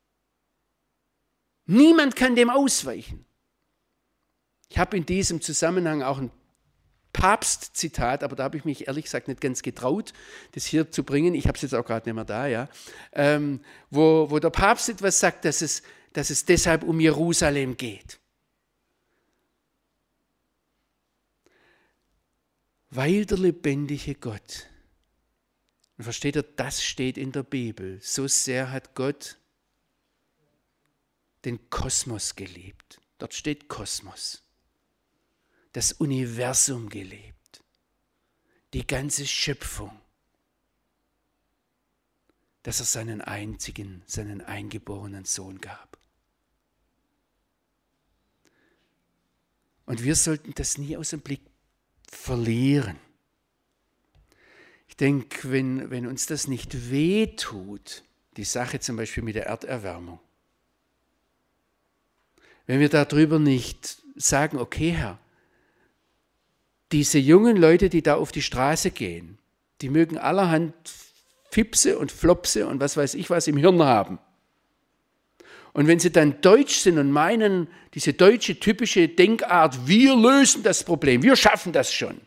Niemand kann dem ausweichen. Ich habe in diesem Zusammenhang auch ein Papst-Zitat, aber da habe ich mich ehrlich gesagt nicht ganz getraut, das hier zu bringen. Ich habe es jetzt auch gerade nicht mehr da, ja. Wo der Papst etwas sagt, dass es deshalb um Jerusalem geht. Weil der lebendige Gott, und versteht ihr, das steht in der Bibel, so sehr hat Gott den Kosmos geliebt. Dort steht Kosmos. Das Universum gelebt. Die ganze Schöpfung. Dass er seinen eingeborenen Sohn gab. Und wir sollten das nie aus dem Blick verlieren. Ich denke, wenn uns das nicht wehtut, die Sache zum Beispiel mit der Erderwärmung, wenn wir darüber nicht sagen, okay Herr, diese jungen Leute, die da auf die Straße gehen, die mögen allerhand Fipse und Flopse und was weiß ich was im Hirn haben. Und wenn sie dann deutsch sind und meinen, diese deutsche typische Denkart, wir lösen das Problem, wir schaffen das schon.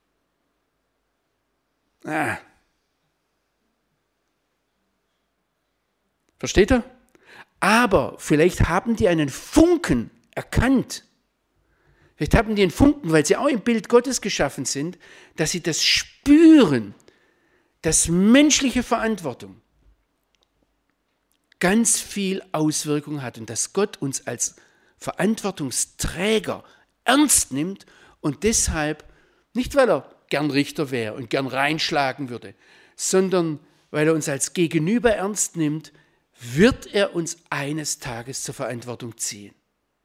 Versteht ihr? Aber vielleicht haben die einen Funken erkannt. Vielleicht haben die einen Funken, weil sie auch im Bild Gottes geschaffen sind, dass sie das spüren, dass menschliche Verantwortung ganz viel Auswirkung hat und dass Gott uns als Verantwortungsträger ernst nimmt und deshalb, nicht weil er gern Richter wäre und gern reinschlagen würde, sondern weil er uns als Gegenüber ernst nimmt, wird er uns eines Tages zur Verantwortung ziehen.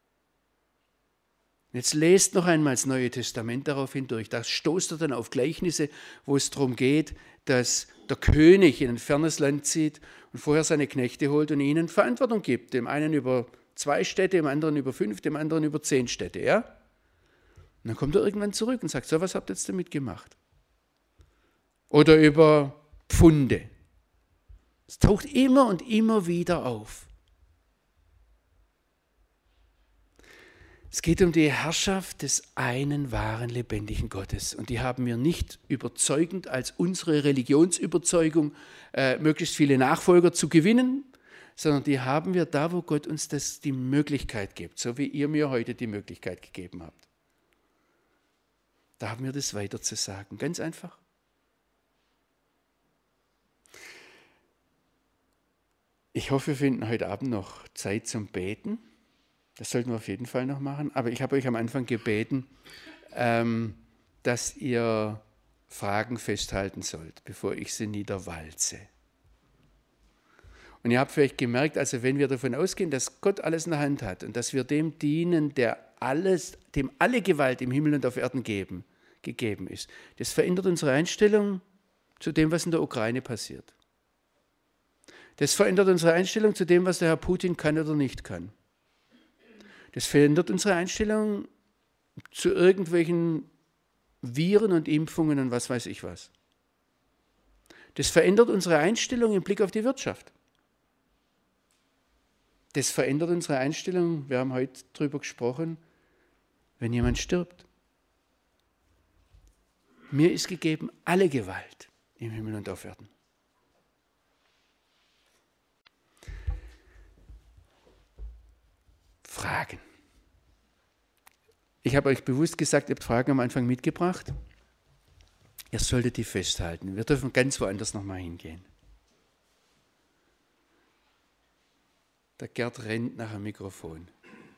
Jetzt lest noch einmal das Neue Testament darauf hindurch. Da stoßt er dann auf Gleichnisse, wo es darum geht, dass der König in ein fernes Land zieht und vorher seine Knechte holt und ihnen Verantwortung gibt. Dem einen über 2 Städte, dem anderen über 5, dem anderen über 10 Städte. Ja? Und dann kommt er irgendwann zurück und sagt, so, was habt ihr jetzt damit gemacht? Oder über Pfunde. Es taucht immer und immer wieder auf. Es geht um die Herrschaft des einen wahren, lebendigen Gottes. Und die haben wir nicht überzeugend als unsere Religionsüberzeugung, möglichst viele Nachfolger zu gewinnen, sondern die haben wir da, wo Gott uns die Möglichkeit gibt, so wie ihr mir heute die Möglichkeit gegeben habt. Da haben wir das weiter zu sagen. Ganz einfach. Ich hoffe, wir finden heute Abend noch Zeit zum Beten. Das sollten wir auf jeden Fall noch machen. Aber ich habe euch am Anfang gebeten, dass ihr Fragen festhalten sollt, bevor ich sie niederwalze. Und ihr habt vielleicht gemerkt, also wenn wir davon ausgehen, dass Gott alles in der Hand hat und dass wir dem dienen, dem alle Gewalt im Himmel und auf Erden gegeben ist, das verändert unsere Einstellung zu dem, was in der Ukraine passiert. Das verändert unsere Einstellung zu dem, was der Herr Putin kann oder nicht kann. Das verändert unsere Einstellung zu irgendwelchen Viren und Impfungen und was weiß ich was. Das verändert unsere Einstellung im Blick auf die Wirtschaft. Das verändert unsere Einstellung, wir haben heute darüber gesprochen, wenn jemand stirbt. Mir ist gegeben alle Gewalt im Himmel und auf Erden. Fragen. Ich habe euch bewusst gesagt, ihr habt Fragen am Anfang mitgebracht. Ihr solltet die festhalten. Wir dürfen ganz woanders nochmal hingehen. Der Gerd rennt nach dem Mikrofon.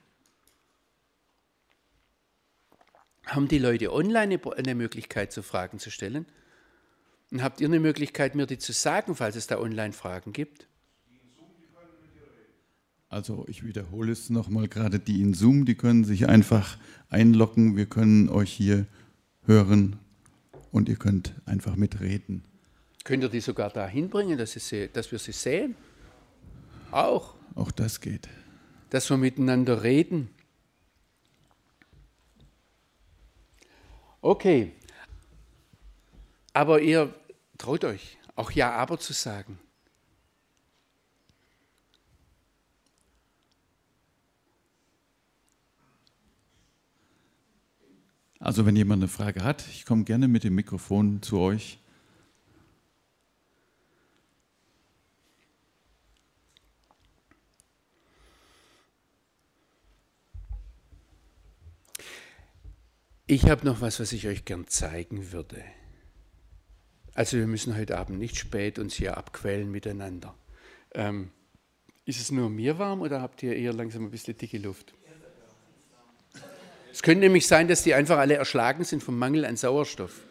Haben die Leute online eine Möglichkeit, so Fragen zu stellen? Und habt ihr eine Möglichkeit, mir die zu sagen, falls es da online Fragen gibt? Also ich wiederhole es nochmal, gerade die in Zoom, die können sich einfach einloggen, wir können euch hier hören und ihr könnt einfach mitreden. Könnt ihr die sogar da hinbringen, dass wir sie sehen? Auch. Auch das geht. Dass wir miteinander reden. Okay. Aber ihr traut euch, auch Ja, aber zu sagen. Also wenn jemand eine Frage hat, ich komme gerne mit dem Mikrofon zu euch. Ich habe noch was ich euch gern zeigen würde. Also wir müssen heute Abend nicht spät uns hier abquälen miteinander. Ist es nur mir warm oder habt ihr eher langsam ein bisschen dicke Luft? Es könnte nämlich sein, dass die einfach alle erschlagen sind vom Mangel an Sauerstoff.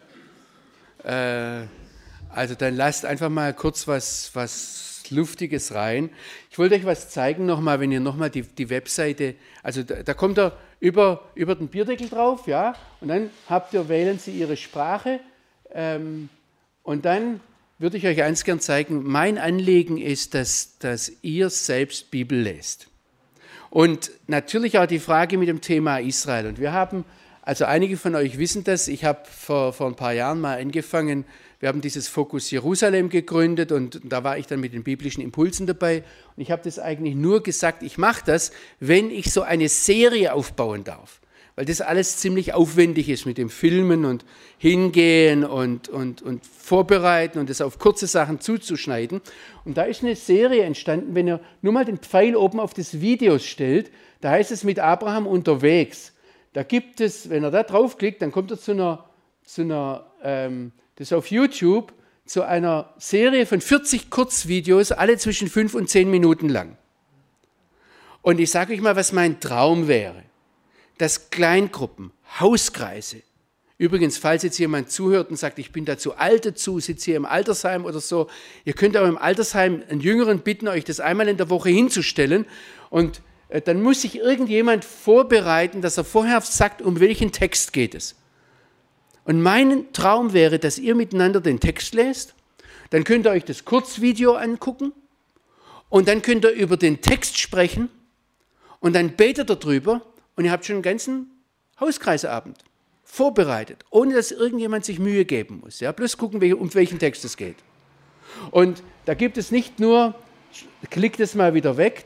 Also dann lasst einfach mal kurz was Luftiges rein. Ich wollte euch was zeigen nochmal, wenn ihr nochmal die Webseite, also da kommt ihr über den Bierdeckel drauf, ja, und dann wählen Sie Ihre Sprache und dann würde ich euch eins gern zeigen. Mein Anliegen ist, dass ihr selbst Bibel lest. Und natürlich auch die Frage mit dem Thema Israel. Und wir haben Also einige von euch wissen das, ich habe vor ein paar Jahren mal angefangen, wir haben dieses Fokus Jerusalem gegründet und da war ich dann mit den biblischen Impulsen dabei und ich habe das eigentlich nur gesagt, ich mache das, wenn ich so eine Serie aufbauen darf, weil das alles ziemlich aufwendig ist mit dem Filmen und Hingehen und Vorbereiten und das auf kurze Sachen zuzuschneiden. Und da ist eine Serie entstanden, wenn ihr nur mal den Pfeil oben auf das Video stellt, da heißt es mit Abraham unterwegs. Da gibt es, wenn er da draufklickt, dann kommt er zu einer das ist auf YouTube, zu einer Serie von 40 Kurzvideos, alle zwischen 5 und 10 Minuten lang. Und ich sage euch mal, was mein Traum wäre. Dass Kleingruppen, Hauskreise, übrigens, falls jetzt jemand zuhört und sagt, ich bin da zu alt dazu, sitze hier im Altersheim oder so, ihr könnt auch im Altersheim einen Jüngeren bitten, euch das einmal in der Woche hinzustellen und dann muss sich irgendjemand vorbereiten, dass er vorher sagt, um welchen Text geht es. Und mein Traum wäre, dass ihr miteinander den Text lest, dann könnt ihr euch das Kurzvideo angucken und dann könnt ihr über den Text sprechen und dann betet ihr drüber und ihr habt schon einen ganzen Hauskreisabend vorbereitet, ohne dass irgendjemand sich Mühe geben muss. Ja? Bloß gucken, um welchen Text es geht. Und da gibt es nicht nur, klickt es mal wieder weg,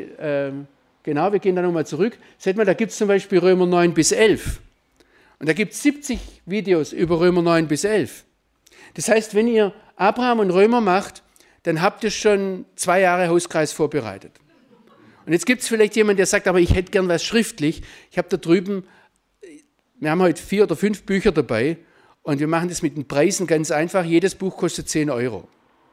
genau, wir gehen da nochmal zurück, seht mal, da gibt es zum Beispiel Römer 9 bis 11. Und da gibt es 70 Videos über Römer 9 bis 11. Das heißt, wenn ihr Abraham und Römer macht, dann habt ihr schon 2 Jahre Hauskreis vorbereitet. Und jetzt gibt es vielleicht jemanden, der sagt, aber ich hätte gern was schriftlich. Ich habe da drüben, wir haben heute 4 oder 5 Bücher dabei und wir machen das mit den Preisen ganz einfach. Jedes Buch kostet 10 Euro.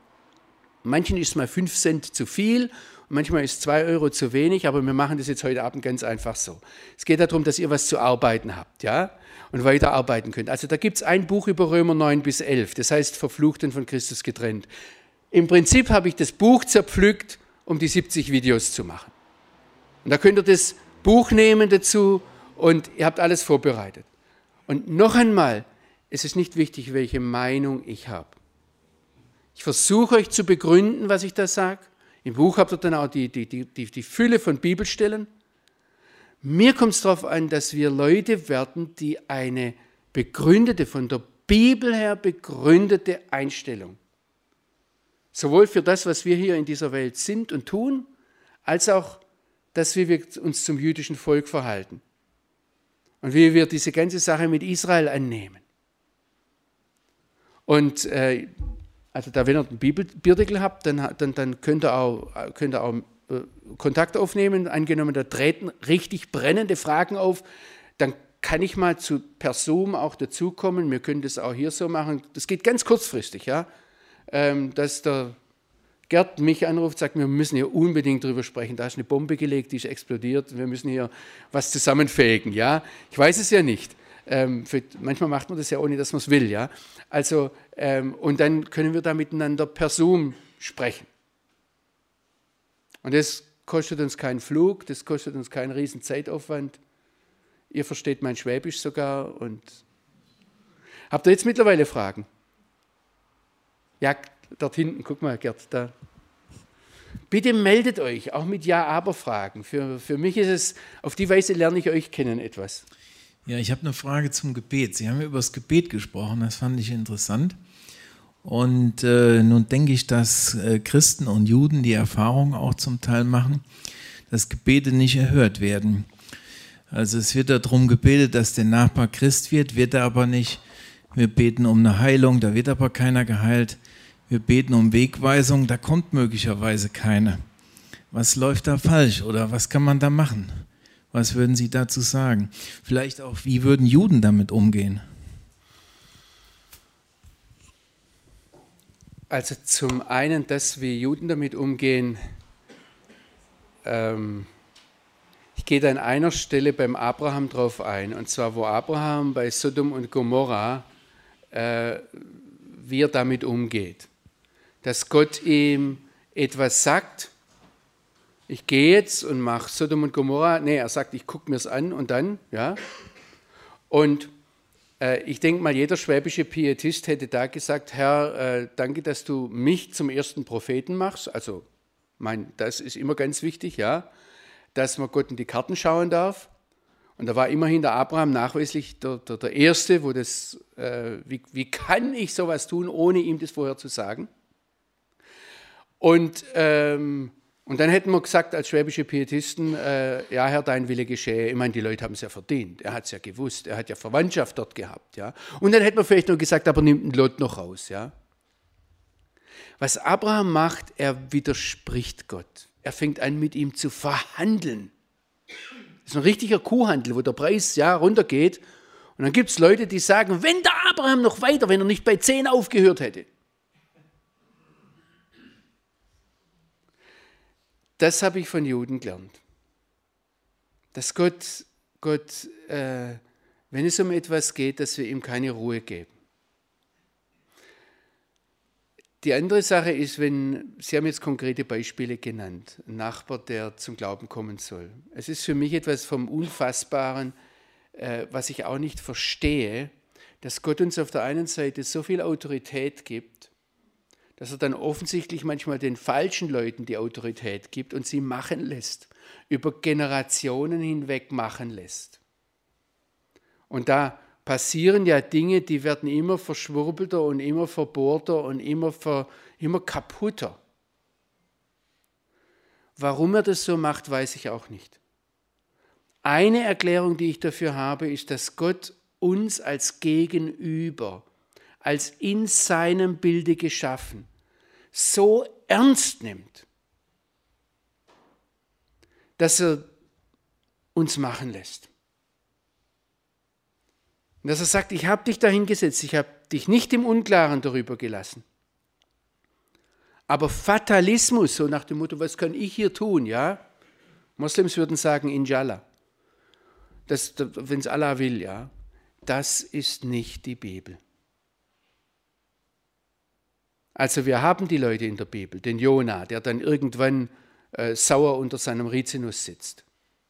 Manchen ist es mal 5 Cent zu viel, manchmal ist 2 Euro zu wenig, aber wir machen das jetzt heute Abend ganz einfach so. Es geht darum, dass ihr was zu arbeiten habt, ja, und weiterarbeiten könnt. Also da gibt es ein Buch über Römer 9 bis 11, das heißt verflucht und von Christus getrennt. Im Prinzip habe ich das Buch zerpflückt, um die 70 Videos zu machen. Und da könnt ihr das Buch nehmen dazu und ihr habt alles vorbereitet. Und noch einmal, es ist nicht wichtig, welche Meinung ich habe. Ich versuche euch zu begründen, was ich da sage. Im Buch habt ihr dann auch die Fülle von Bibelstellen. Mir kommt es darauf an, dass wir Leute werden, die eine begründete, von der Bibel her begründete Einstellung, sowohl für das, was wir hier in dieser Welt sind und tun, als auch das, wie wir uns zum jüdischen Volk verhalten und wie wir diese ganze Sache mit Israel annehmen. Und also da, wenn ihr einen Bierdeckel habt, dann könnt ihr auch Kontakt aufnehmen. Angenommen, da treten richtig brennende Fragen auf, dann kann ich mal per Zoom auch dazukommen. Wir können das auch hier so machen. Das geht ganz kurzfristig, ja, dass der Gerd mich anruft, sagt, wir müssen hier unbedingt drüber sprechen. Da ist eine Bombe gelegt, die ist explodiert. Wir müssen hier was zusammenfähigen, ja. Ich weiß es ja nicht. Manchmal macht man das ja ohne, dass man es will, ja. Also, und dann können wir da miteinander per Zoom sprechen. Und das kostet uns keinen Flug, das kostet uns keinen riesen Zeitaufwand. Ihr versteht mein Schwäbisch sogar. Und habt ihr jetzt mittlerweile Fragen? Ja, dort hinten, guck mal, Gerd, da. Bitte meldet euch, auch mit Ja-Aber-Fragen. Für mich ist es, auf die Weise lerne ich euch kennen etwas. Ja, ich habe eine Frage zum Gebet. Sie haben ja über das Gebet gesprochen, das fand ich interessant. Und nun denke ich, dass Christen und Juden die Erfahrung auch zum Teil machen, dass Gebete nicht erhört werden. Also es wird darum gebetet, dass der Nachbar Christ wird er aber nicht. Wir beten um eine Heilung, da wird aber keiner geheilt. Wir beten um Wegweisung, da kommt möglicherweise keine. Was läuft da falsch oder was kann man da machen? Was würden Sie dazu sagen? Vielleicht auch, wie würden Juden damit umgehen? Also zum einen, dass wie Juden damit umgehen, ich gehe da an einer Stelle beim Abraham drauf ein, und zwar wo Abraham bei Sodom und Gomorra, wie er damit umgeht. Dass Gott ihm etwas sagt, ich gehe jetzt und mache Sodom und Gomorra, er sagt, ich gucke mir es an und dann, ja. Und ich denke mal, jeder schwäbische Pietist hätte da gesagt, Herr, danke, dass du mich zum ersten Propheten machst. Also, das ist immer ganz wichtig, ja, dass man Gott in die Karten schauen darf. Und da war immerhin der Abraham nachweislich der Erste, wo das, wie kann ich sowas tun, ohne ihm das vorher zu sagen? Und dann hätten wir gesagt, als schwäbische Pietisten, ja, Herr, dein Wille geschehe. Ich meine, die Leute haben es ja verdient. Er hat es ja gewusst. Er hat ja Verwandtschaft dort gehabt. Ja? Und dann hätten wir vielleicht noch gesagt, aber nimmt den Lot noch raus. Ja? Was Abraham macht, er widerspricht Gott. Er fängt an, mit ihm zu verhandeln. Das ist ein richtiger Kuhhandel, wo der Preis runtergeht. Und dann gibt es Leute, die sagen, wenn der Abraham noch weiter, wenn er nicht bei 10 aufgehört hätte. Das habe ich von Juden gelernt. Dass Gott, wenn es um etwas geht, dass wir ihm keine Ruhe geben. Die andere Sache ist, Sie haben jetzt konkrete Beispiele genannt, ein Nachbar, der zum Glauben kommen soll. Es ist für mich etwas vom Unfassbaren, was ich auch nicht verstehe, dass Gott uns auf der einen Seite so viel Autorität gibt, dass er dann offensichtlich manchmal den falschen Leuten die Autorität gibt und sie machen lässt, über Generationen hinweg machen lässt. Und da passieren ja Dinge, die werden immer verschwurbelter und immer verbohrter und immer kaputter. Warum er das so macht, weiß ich auch nicht. Eine Erklärung, die ich dafür habe, ist, dass Gott uns als Gegenüber, als in seinem Bilde geschaffen, so ernst nimmt, dass er uns machen lässt. Und dass er sagt, ich habe dich dahin gesetzt, ich habe dich nicht im Unklaren darüber gelassen. Aber Fatalismus, so nach dem Motto, was kann ich hier tun, ja? Moslems würden sagen, Inshallah. Wenn es Allah will, ja. Das ist nicht die Bibel. Also wir haben die Leute in der Bibel, den Jona, der dann irgendwann sauer unter seinem Rizinus sitzt.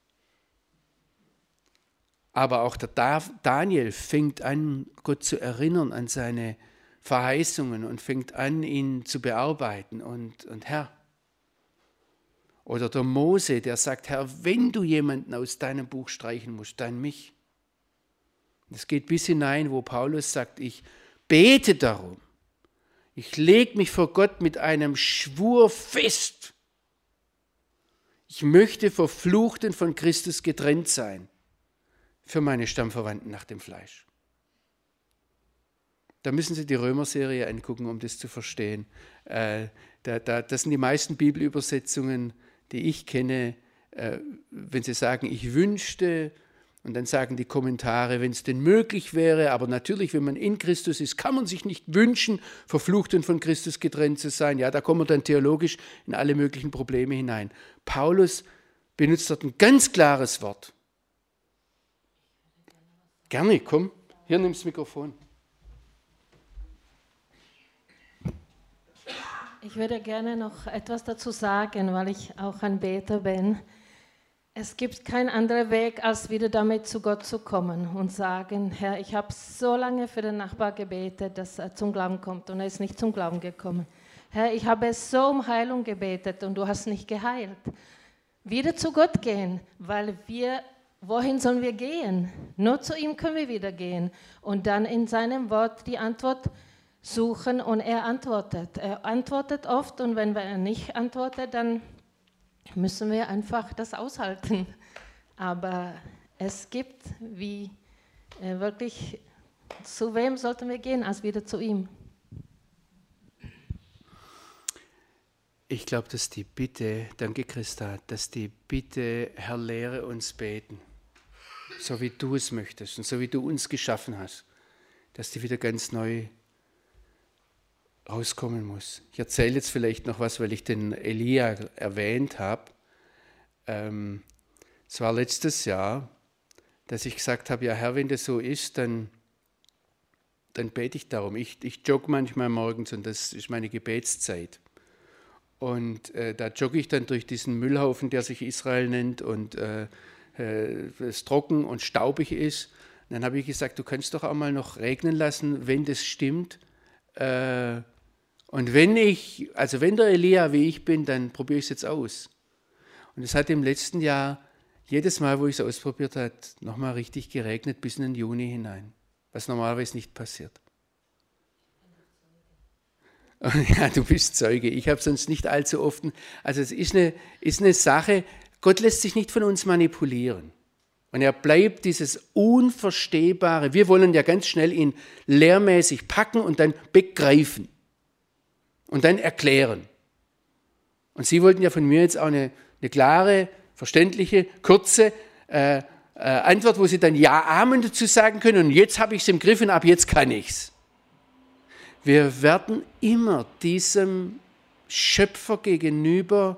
Aber auch der Daniel fängt an, Gott zu erinnern an seine Verheißungen und fängt an, ihn zu bearbeiten und Herr. Oder der Mose, der sagt, Herr, wenn du jemanden aus deinem Buch streichen musst, dann mich. Das geht bis hinein, wo Paulus sagt, ich bete darum. Ich lege mich vor Gott mit einem Schwur fest. Ich möchte verflucht und von Christus getrennt sein für meine Stammverwandten nach dem Fleisch. Da müssen Sie die Römer-Serie angucken, um das zu verstehen. Das sind die meisten Bibelübersetzungen, die ich kenne, wenn sie sagen, ich wünschte, und dann sagen die Kommentare, wenn es denn möglich wäre, aber natürlich, wenn man in Christus ist, kann man sich nicht wünschen, verflucht und von Christus getrennt zu sein. Ja, da kommen wir dann theologisch in alle möglichen Probleme hinein. Paulus benutzt dort ein ganz klares Wort. Gerne, komm, hier nimm das Mikrofon. Ich würde gerne noch etwas dazu sagen, weil ich auch ein Beter bin. Es gibt keinen anderen Weg, als wieder damit zu Gott zu kommen und sagen, Herr, ich habe so lange für den Nachbar gebetet, dass er zum Glauben kommt und er ist nicht zum Glauben gekommen. Herr, ich habe so um Heilung gebetet und du hast nicht geheilt. Wieder zu Gott gehen, weil wohin sollen wir gehen? Nur zu ihm können wir wieder gehen und dann in seinem Wort die Antwort suchen und er antwortet. Er antwortet oft und wenn er nicht antwortet, dann müssen wir einfach das aushalten. Aber es gibt, wirklich, zu wem sollten wir gehen, als wieder zu ihm? Ich glaube, dass die Bitte, danke Christa, dass die Bitte, Herr, lehre uns beten, so wie du es möchtest und so wie du uns geschaffen hast, dass die wieder ganz neu rauskommen muss. Ich erzähle jetzt vielleicht noch was, weil ich den Elia erwähnt habe. Es war letztes Jahr, dass ich gesagt habe, ja Herr, wenn das so ist, dann bete ich darum. Ich jogge manchmal morgens und das ist meine Gebetszeit. Und da jogge ich dann durch diesen Müllhaufen, der sich Israel nennt und es trocken und staubig ist. Und dann habe ich gesagt, du kannst doch auch mal noch regnen lassen, wenn das stimmt. Und wenn der Elia wie ich bin, dann probiere ich es jetzt aus. Und es hat im letzten Jahr jedes Mal, wo ich es ausprobiert habe, nochmal richtig geregnet bis in den Juni hinein, was normalerweise nicht passiert. Ja, du bist Zeuge. Ich habe sonst nicht allzu oft. Also es ist eine Sache, Gott lässt sich nicht von uns manipulieren. Und er bleibt dieses Unverstehbare. Wir wollen ja ganz schnell ihn lehrmäßig packen und dann begreifen. Und dann erklären. Und Sie wollten ja von mir jetzt auch eine klare, verständliche, kurze Antwort, wo Sie dann Ja, Amen dazu sagen können. Und jetzt habe ich es im Griff und ab jetzt kann ich es. Wir werden immer diesem Schöpfer gegenüber,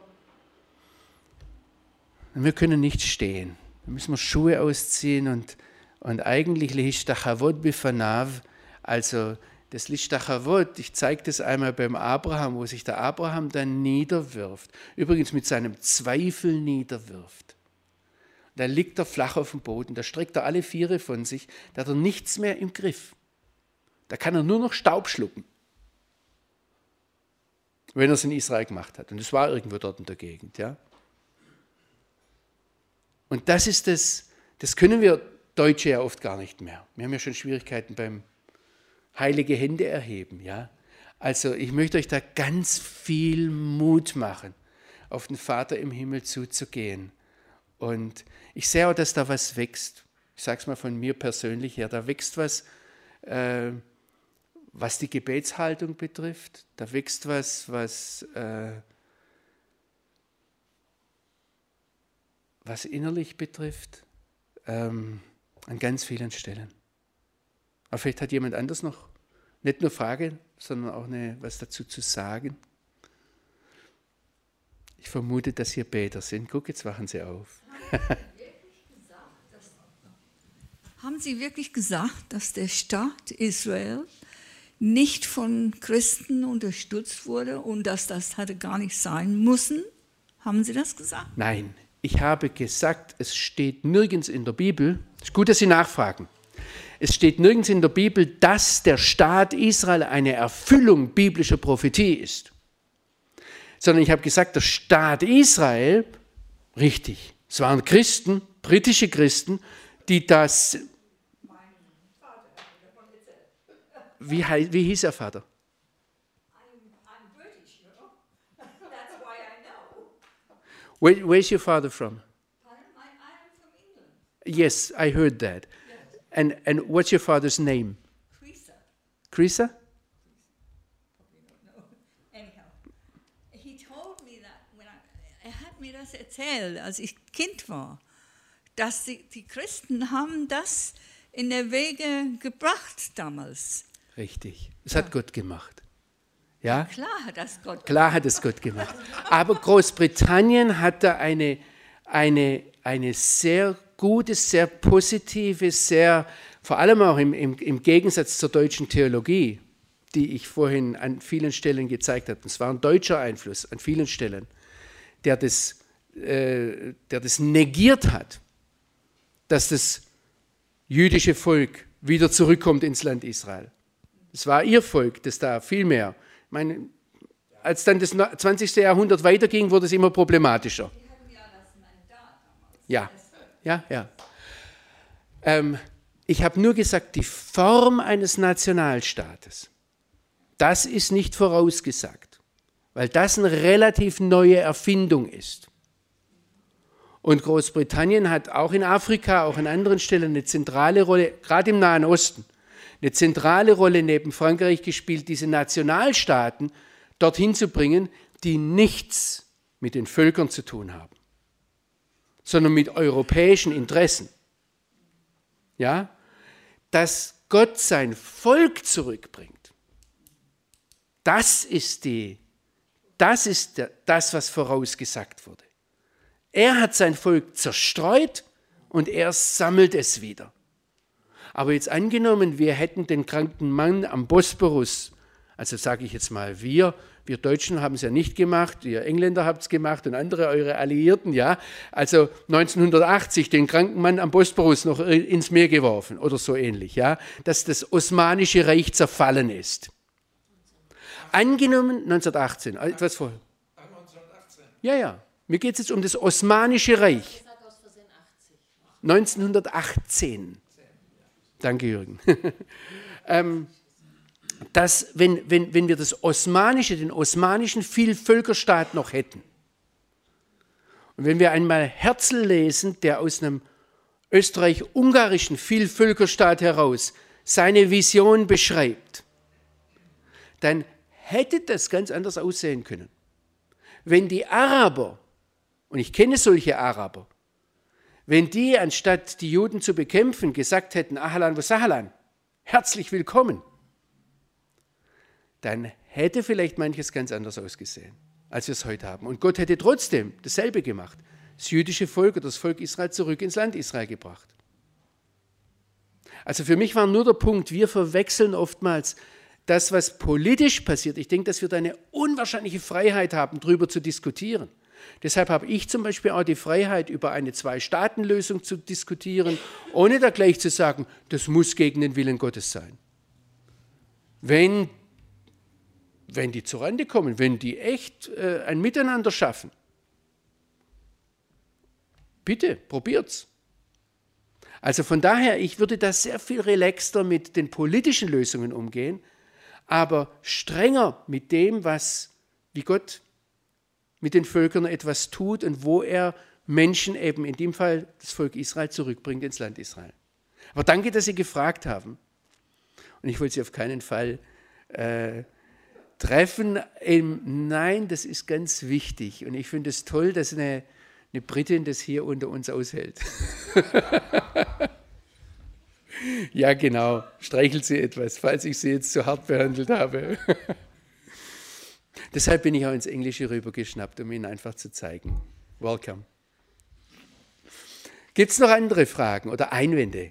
wir können nicht stehen. Da müssen wir Schuhe ausziehen und eigentlich Lichtachavot bifanav, also das Lichtachavot, ich zeige das einmal beim Abraham, wo sich der Abraham dann niederwirft, übrigens mit seinem Zweifel niederwirft. Da liegt er flach auf dem Boden, da streckt er alle Viere von sich, da hat er nichts mehr im Griff. Da kann er nur noch Staub schlucken, wenn er es in Israel gemacht hat. Und das war irgendwo dort in der Gegend. Ja? Und das ist das können wir Deutsche ja oft gar nicht mehr. Wir haben ja schon Schwierigkeiten beim heilige Hände erheben. Ja? Also ich möchte euch da ganz viel Mut machen, auf den Vater im Himmel zuzugehen. Und ich sehe auch, dass da was wächst. Ich sage es mal von mir persönlich her, da wächst was, was die Gebetshaltung betrifft, da wächst was innerlich betrifft, an ganz vielen Stellen. Aber vielleicht hat jemand anders noch, nicht nur Frage, sondern auch was dazu zu sagen. Ich vermute, dass hier Beter sind. Guck, jetzt wachen sie auf. Haben Sie wirklich gesagt, dass der Staat Israel nicht von Christen unterstützt wurde und dass das hatte gar nicht sein müssen? Haben Sie das gesagt? Nein, ich habe gesagt, es steht nirgends in der Bibel, es ist gut, dass Sie nachfragen, es steht nirgends in der Bibel, dass der Staat Israel eine Erfüllung biblischer Prophetie ist. Sondern ich habe gesagt, der Staat Israel, richtig, es waren Christen, britische Christen, die das... Wie hieß Ihr Vater? I'm British, you know. That's why I know. Where's your father from? Pardon? I am from England. Yes, I heard that. Yes. And what's your father's name? Crisa. Crisa? Probably don't know. Anyhow, he told me that er hat mir das erzählt, als ich Kind war, dass die Christen haben das in der Wege gebracht damals. Richtig, das hat Gott gemacht. Ja? Klar hat das Gott gemacht. Klar hat es Gott gemacht. Aber Großbritannien hat da eine sehr gute, sehr positive, vor allem auch im Gegensatz zur deutschen Theologie, die ich vorhin an vielen Stellen gezeigt habe. Es war ein deutscher Einfluss an vielen Stellen, der das negiert hat, dass das jüdische Volk wieder zurückkommt ins Land Israel. Es war ihr Volk, das da viel mehr. Ich meine, als dann das 20. Jahrhundert weiterging, wurde es immer problematischer. Die hatten ja das Mandat damals. Ja. Ich habe nur gesagt, die Form eines Nationalstaates, das ist nicht vorausgesagt, weil das eine relativ neue Erfindung ist. Und Großbritannien hat auch in Afrika, auch an anderen Stellen eine zentrale Rolle, gerade im Nahen Osten, eine zentrale Rolle neben Frankreich gespielt, diese Nationalstaaten dorthin zu bringen, die nichts mit den Völkern zu tun haben, sondern mit europäischen Interessen. Ja? Dass Gott sein Volk zurückbringt, das ist das, was vorausgesagt wurde. Er hat sein Volk zerstreut und er sammelt es wieder. Aber jetzt angenommen, wir hätten den kranken Mann am Bosporus, also sage ich jetzt mal wir Deutschen haben es ja nicht gemacht, ihr Engländer habt es gemacht und andere, eure Alliierten, ja, also 1980 den kranken Mann am Bosporus noch ins Meer geworfen oder so ähnlich, ja, dass das Osmanische Reich zerfallen ist. Angenommen 1918, etwas vorher. 1918? Ja. Mir geht es jetzt um das Osmanische Reich. 1918. Danke, Jürgen. Dass, wenn wir den osmanischen Vielvölkerstaat noch hätten, und wenn wir einmal Herzl lesen, der aus einem österreich-ungarischen Vielvölkerstaat heraus seine Vision beschreibt, dann hätte das ganz anders aussehen können. Wenn die Araber, und ich kenne solche Araber, wenn die, anstatt die Juden zu bekämpfen, gesagt hätten, Ahlan wa sahlan, herzlich willkommen, dann hätte vielleicht manches ganz anders ausgesehen, als wir es heute haben. Und Gott hätte trotzdem dasselbe gemacht, das jüdische Volk oder das Volk Israel zurück ins Land Israel gebracht. Also für mich war nur der Punkt, wir verwechseln oftmals das, was politisch passiert. Ich denke, dass wir da eine unwahrscheinliche Freiheit haben, darüber zu diskutieren. Deshalb habe ich zum Beispiel auch die Freiheit, über eine Zwei-Staaten-Lösung zu diskutieren, ohne da gleich zu sagen, das muss gegen den Willen Gottes sein. Wenn die zurande kommen, wenn die echt ein Miteinander schaffen, bitte, probiert's. Also von daher, ich würde da sehr viel relaxter mit den politischen Lösungen umgehen, aber strenger mit dem, wie Gott mit den Völkern etwas tut und wo er Menschen eben, in dem Fall das Volk Israel, zurückbringt ins Land Israel. Aber danke, dass Sie gefragt haben. Und ich wollte Sie auf keinen Fall treffen. Nein, das ist ganz wichtig. Und ich finde es toll, dass eine Britin das hier unter uns aushält. Ja, genau. Streichelt sie etwas, falls ich sie jetzt zu hart behandelt habe. Deshalb bin ich auch ins Englische rübergeschnappt, um Ihnen einfach zu zeigen. Welcome. Gibt es noch andere Fragen oder Einwände?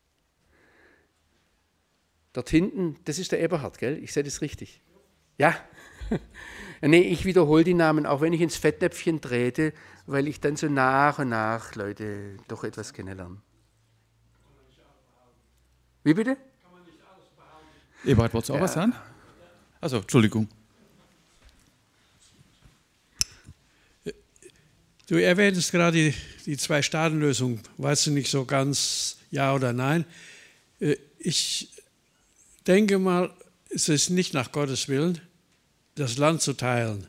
Dort hinten, das ist der Eberhard, gell? Ich sehe das richtig. Ja? Nee, ich wiederhole die Namen, auch wenn ich ins Fettnäpfchen trete, weil ich dann so nach und nach Leute doch etwas kennenlerne. Wie bitte? Eberhard, wolltest du auch was sagen? Also, Entschuldigung. Du erwähntest gerade die Zwei-Staaten-Lösung. Weißt du nicht so ganz ja oder nein? Ich denke mal, es ist nicht nach Gottes Willen, das Land zu teilen.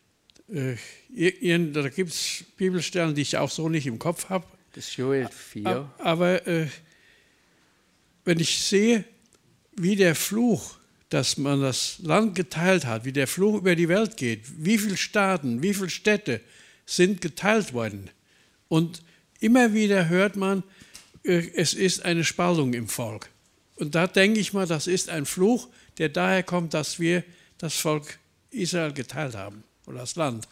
Da gibt es Bibelstellen, die ich auch so nicht im Kopf habe. Das ist Joel 4. Aber wenn ich sehe, wie der Fluch, dass man das Land geteilt hat, wie der Fluch über die Welt geht, wie viele Staaten, wie viele Städte sind geteilt worden. Und immer wieder hört man, es ist eine Spaltung im Volk. Und da denke ich mal, das ist ein Fluch, der daher kommt, dass wir das Volk Israel geteilt haben oder das Land.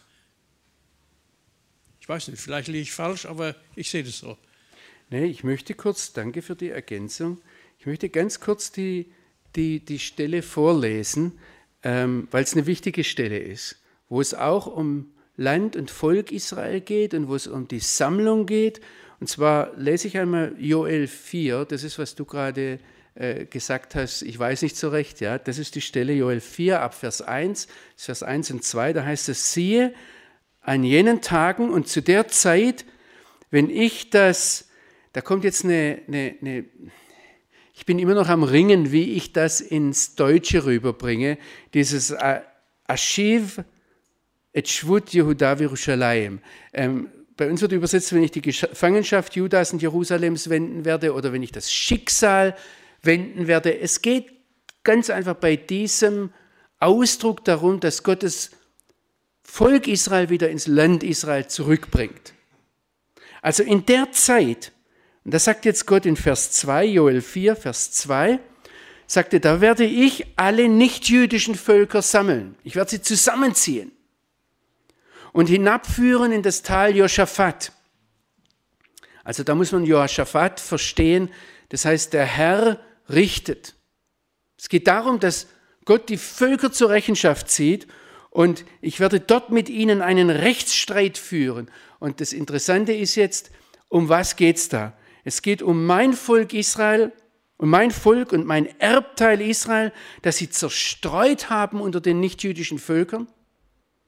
Ich weiß nicht, vielleicht liege ich falsch, aber ich sehe das so. Nee, ich möchte kurz, danke für die Ergänzung, ich möchte ganz kurz die Stelle vorlesen, weil es eine wichtige Stelle ist, wo es auch um Land und Volk Israel geht und wo es um die Sammlung geht. Und zwar lese ich einmal Joel 4, das ist, was du gerade gesagt hast, ich weiß nicht so recht, ja, das ist die Stelle Joel 4 ab Vers 1, Vers 1 und 2, da heißt es, siehe, an jenen Tagen und zu der Zeit, wenn ich das, da kommt jetzt ich bin immer noch am Ringen, wie ich das ins Deutsche rüberbringe, dieses Ashiv et Shvut Yehuda v'Yerushalayim. Bei uns wird übersetzt, wenn ich die Gefangenschaft Judas und Jerusalems wenden werde oder wenn ich das Schicksal wenden werde. Es geht ganz einfach bei diesem Ausdruck darum, dass Gottes Volk Israel wieder ins Land Israel zurückbringt. Also in der Zeit, und das sagt jetzt Gott in Vers 2, Joel 4, Vers 2, sagte, da werde ich alle nichtjüdischen Völker sammeln. Ich werde sie zusammenziehen und hinabführen in das Tal Joschafat. Also da muss man Joschafat verstehen, das heißt, der Herr richtet. Es geht darum, dass Gott die Völker zur Rechenschaft zieht und ich werde dort mit ihnen einen Rechtsstreit führen. Und das Interessante ist jetzt, um was geht es da? Es geht um mein Volk Israel, um mein Volk und mein Erbteil Israel, das sie zerstreut haben unter den nichtjüdischen Völkern.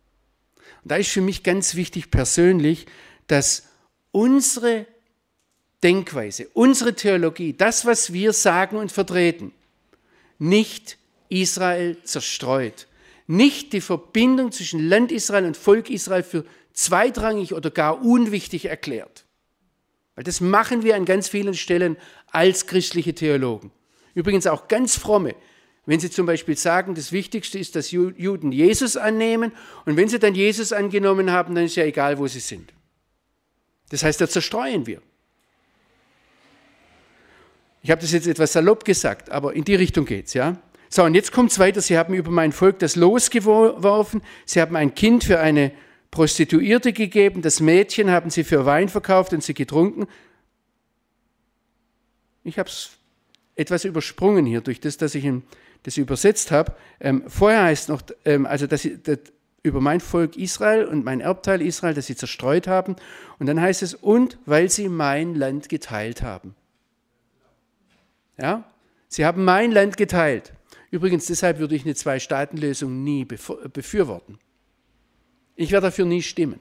Und da ist für mich ganz wichtig persönlich, dass unsere Denkweise, unsere Theologie, das, was wir sagen und vertreten, nicht Israel zerstreut, nicht die Verbindung zwischen Land Israel und Volk Israel für zweitrangig oder gar unwichtig erklärt. Weil das machen wir an ganz vielen Stellen als christliche Theologen. Übrigens auch ganz fromme, wenn sie zum Beispiel sagen, das Wichtigste ist, dass Juden Jesus annehmen und wenn sie dann Jesus angenommen haben, dann ist ja egal, wo sie sind. Das heißt, da zerstreuen wir. Ich habe das jetzt etwas salopp gesagt, aber in die Richtung geht's, ja. So, und jetzt kommt es weiter. Sie haben über mein Volk das Los geworfen. Sie haben ein Kind für eine Prostituierte gegeben. Das Mädchen haben sie für Wein verkauft und sie getrunken. Ich habe es etwas übersprungen hier, durch das, dass ich das übersetzt habe. Vorher heißt noch, also dass sie über mein Volk Israel und mein Erbteil Israel, das sie zerstreut haben. Und dann heißt es, und weil sie mein Land geteilt haben. Ja? Sie haben mein Land geteilt. Übrigens, deshalb würde ich eine Zwei-Staaten-Lösung nie befürworten. Ich werde dafür nie stimmen.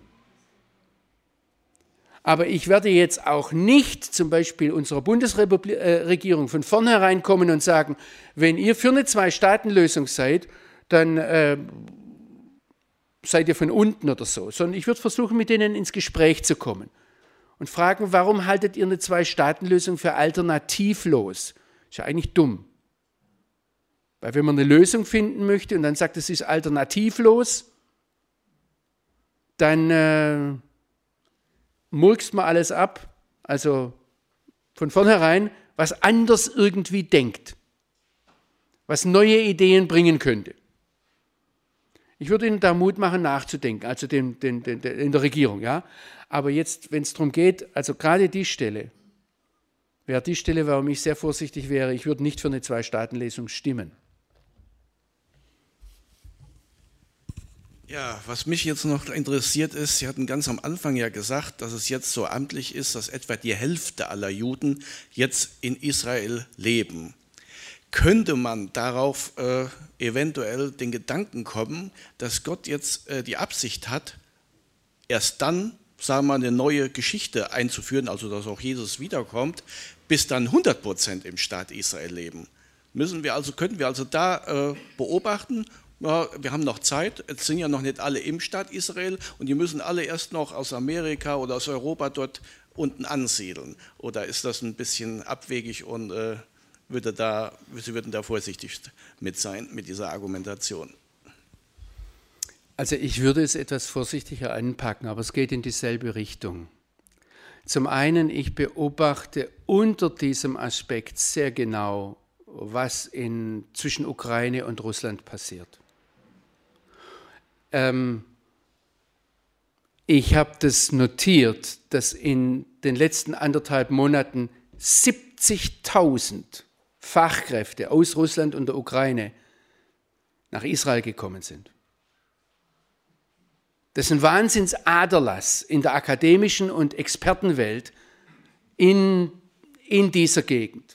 Aber ich werde jetzt auch nicht zum Beispiel unserer Bundesregierung von vornherein kommen und sagen, wenn ihr für eine Zwei-Staaten-Lösung seid, dann seid ihr von unten oder so. Sondern ich würde versuchen, mit denen ins Gespräch zu kommen und fragen, warum haltet ihr eine Zwei-Staaten-Lösung für alternativlos? Ist ja eigentlich dumm. Weil wenn man eine Lösung finden möchte und dann sagt, es ist alternativlos, dann murkst man alles ab, also von vornherein, was anders irgendwie denkt, was neue Ideen bringen könnte. Ich würde Ihnen da Mut machen, nachzudenken, also in der Regierung. Ja? Aber jetzt, wenn es darum geht, also gerade die Stelle, wäre die Stelle, warum ich sehr vorsichtig wäre, ich würde nicht für eine Zwei-Staaten-Lösung stimmen. Ja, was mich jetzt noch interessiert ist, Sie hatten ganz am Anfang ja gesagt, dass es jetzt so amtlich ist, dass etwa die Hälfte aller Juden jetzt in Israel leben. Könnte man darauf eventuell den Gedanken kommen, dass Gott jetzt die Absicht hat, erst dann, sagen wir mal, eine neue Geschichte einzuführen, also dass auch Jesus wiederkommt, bis dann 100% im Staat Israel leben? Könnten wir also da beobachten, ja, wir haben noch Zeit, jetzt sind ja noch nicht alle im Staat Israel und die müssen alle erst noch aus Amerika oder aus Europa dort unten ansiedeln. Oder ist das ein bisschen abwegig und Sie würden da vorsichtig mit sein, mit dieser Argumentation? Also ich würde es etwas vorsichtiger anpacken, aber es geht in dieselbe Richtung. Zum einen, ich beobachte unter diesem Aspekt sehr genau, was zwischen Ukraine und Russland passiert. Ich habe das notiert, dass in den letzten 1,5 Monaten 70.000 Fachkräfte aus Russland und der Ukraine nach Israel gekommen sind. Das ist ein Wahnsinnsaderlass in der akademischen und Expertenwelt in dieser Gegend.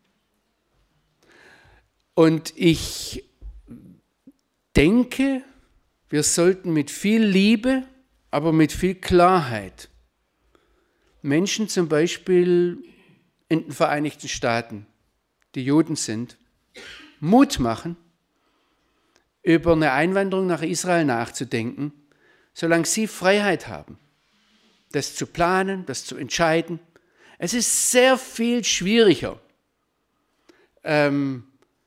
Und ich denke, wir sollten mit viel Liebe, aber mit viel Klarheit Menschen zum Beispiel in den Vereinigten Staaten, die Juden sind, Mut machen, über eine Einwanderung nach Israel nachzudenken, solange sie Freiheit haben, das zu planen, das zu entscheiden. Es ist sehr viel schwieriger, in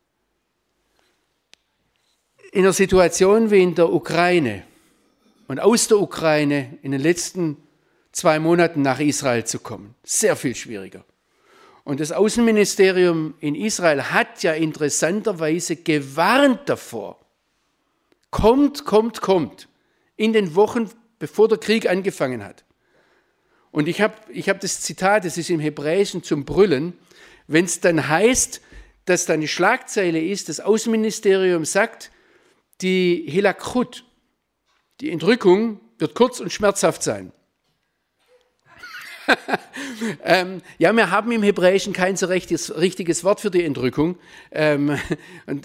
einer Situation wie in der Ukraine und aus der Ukraine in den letzten 2 Monaten nach Israel zu kommen. Sehr viel schwieriger. Und das Außenministerium in Israel hat ja interessanterweise gewarnt davor. Kommt, in den Wochen, bevor der Krieg angefangen hat. Und ich hab das Zitat, das ist im Hebräischen zum Brüllen, wenn es dann heißt, dass da eine Schlagzeile ist, das Außenministerium sagt, die Hilakrut, die Entrückung, wird kurz und schmerzhaft sein. Ja, wir haben im Hebräischen kein so richtiges Wort für die Entrückung. Und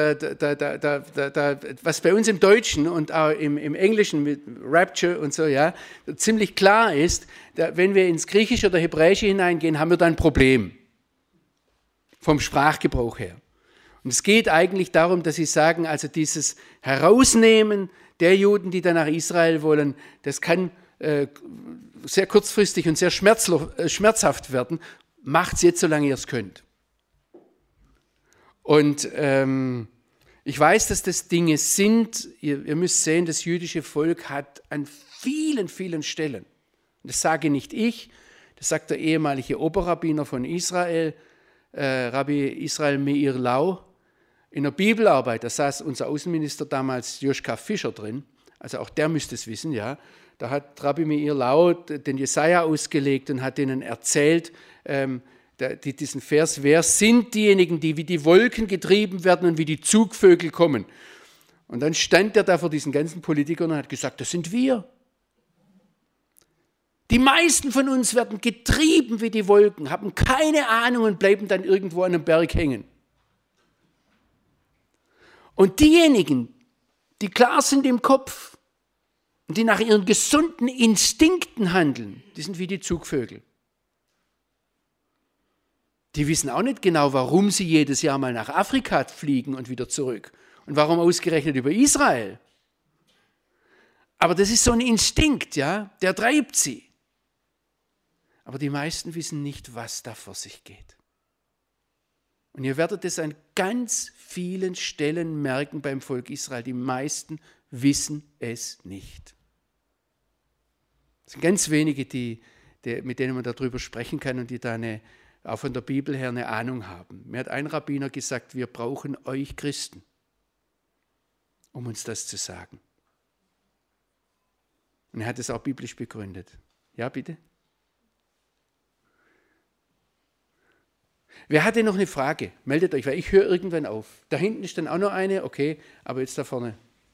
was bei uns im Deutschen und auch im Englischen mit Rapture und so, ja, ziemlich klar ist, wenn wir ins Griechische oder Hebräische hineingehen, haben wir da ein Problem. Vom Sprachgebrauch her. Und es geht eigentlich darum, dass sie sagen, also dieses Herausnehmen der Juden, die dann nach Israel wollen, das kann sehr kurzfristig und sehr schmerzhaft werden. Macht es jetzt, solange ihr es könnt. Und ich weiß, dass das Dinge sind, ihr müsst sehen, das jüdische Volk hat an vielen, vielen Stellen, das sage nicht ich, das sagt der ehemalige Oberrabbiner von Israel, Rabbi Israel Meir Lau, in der Bibelarbeit, da saß unser Außenminister damals Joschka Fischer drin, also auch der müsste es wissen, ja. Da hat Rabbi Meir Lau den Jesaja ausgelegt und hat ihnen erzählt, diesen Vers, wer sind diejenigen, die wie die Wolken getrieben werden und wie die Zugvögel kommen. Und dann stand er da vor diesen ganzen Politikern und hat gesagt, das sind wir. Die meisten von uns werden getrieben wie die Wolken, haben keine Ahnung und bleiben dann irgendwo an einem Berg hängen. Und diejenigen, die klar sind im Kopf und die nach ihren gesunden Instinkten handeln, die sind wie die Zugvögel. Die wissen auch nicht genau, warum sie jedes Jahr mal nach Afrika fliegen und wieder zurück. Und warum ausgerechnet über Israel. Aber das ist so ein Instinkt, ja, der treibt sie. Aber die meisten wissen nicht, was da vor sich geht. Und ihr werdet es an ganz vielen Stellen merken beim Volk Israel. Die meisten wissen es nicht. Es sind ganz wenige, mit denen man darüber sprechen kann und die da auch von der Bibel her eine Ahnung haben. Mir hat ein Rabbiner gesagt, wir brauchen euch Christen, um uns das zu sagen. Und er hat es auch biblisch begründet. Ja, bitte? Wer hatte noch eine Frage? Meldet euch, weil ich höre irgendwann auf. Da hinten ist dann auch noch eine, okay, aber jetzt da vorne.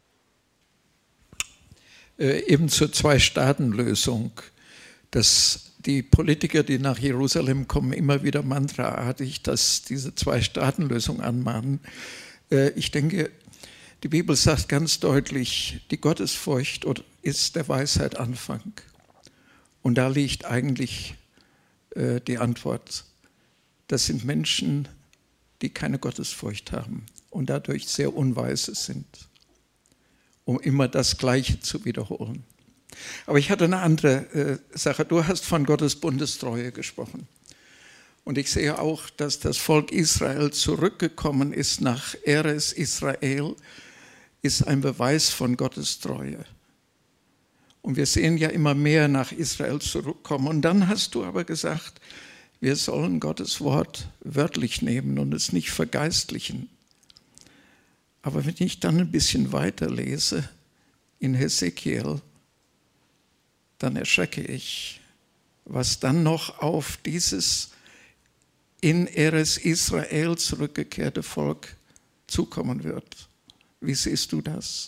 Eben zur Zwei-Staaten-Lösung, dass die Politiker, die nach Jerusalem kommen, immer wieder mantraartig, dass diese Zwei-Staaten-Lösung anmahnen. Ich denke, die Bibel sagt ganz deutlich, die Gottesfurcht ist der Weisheit Anfang. Und da liegt eigentlich die Antwort. Das sind Menschen, die keine Gottesfurcht haben und dadurch sehr unweise sind, um immer das Gleiche zu wiederholen. Aber ich hatte eine andere Sache. Du hast von Gottes Bundestreue gesprochen. Und ich sehe auch, dass das Volk Israel zurückgekommen ist nach Eres Israel, ist ein Beweis von Gottes Treue. Und wir sehen ja immer mehr nach Israel zurückkommen. Und dann hast du aber gesagt, wir sollen Gottes Wort wörtlich nehmen und es nicht vergeistlichen. Aber wenn ich dann ein bisschen weiterlese in Hesekiel, dann erschrecke ich, was dann noch auf dieses in Eres Israel zurückgekehrte Volk zukommen wird. Wie siehst du das?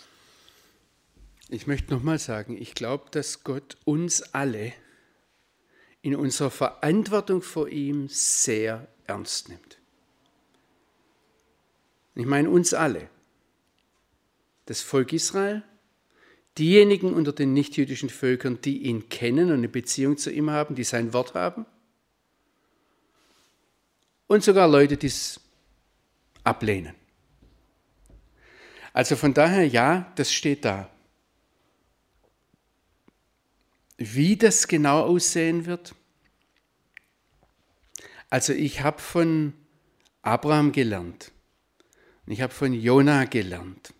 Ich möchte nochmal sagen, ich glaube, dass Gott uns alle in unserer Verantwortung vor ihm sehr ernst nimmt. Ich meine uns alle, das Volk Israel, diejenigen unter den nichtjüdischen Völkern, die ihn kennen und eine Beziehung zu ihm haben, die sein Wort haben, und sogar Leute, die es ablehnen. Also von daher, ja, das steht da. Wie das genau aussehen wird? Also ich habe von Abraham gelernt, ich habe von Jona gelernt,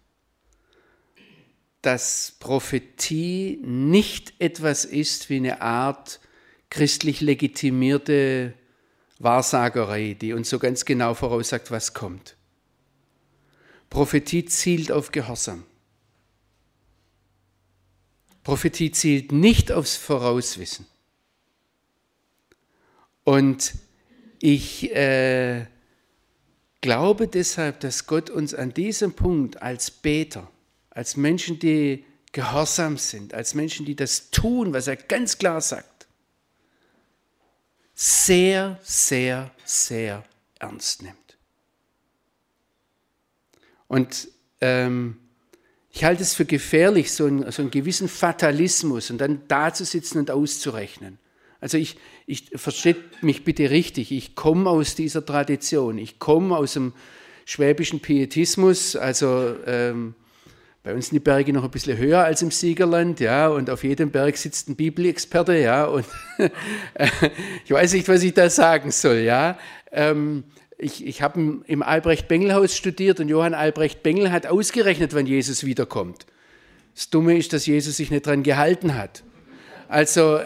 dass Prophetie nicht etwas ist wie eine Art christlich legitimierte Wahrsagerei, die uns so ganz genau voraussagt, was kommt. Prophetie zielt auf Gehorsam. Prophetie zielt nicht aufs Vorauswissen. Und ich glaube deshalb, dass Gott uns an diesem Punkt als Beter, als Menschen, die gehorsam sind, als Menschen, die das tun, was er ganz klar sagt, sehr, sehr, sehr ernst nimmt. Und ich halte es für gefährlich, so einen gewissen Fatalismus und dann da zu sitzen und auszurechnen. Also ich versteht mich bitte richtig, ich komme aus dieser Tradition, ich komme aus dem schwäbischen Pietismus, also bei uns sind die Berge noch ein bisschen höher als im Siegerland, ja, und auf jedem Berg sitzt ein Bibelexperte, ja, und ich weiß nicht, was ich da sagen soll, ja. Ich habe im Albrecht-Bengel-Haus studiert und Johann Albrecht Bengel hat ausgerechnet, wann Jesus wiederkommt. Das Dumme ist, dass Jesus sich nicht dran gehalten hat. Also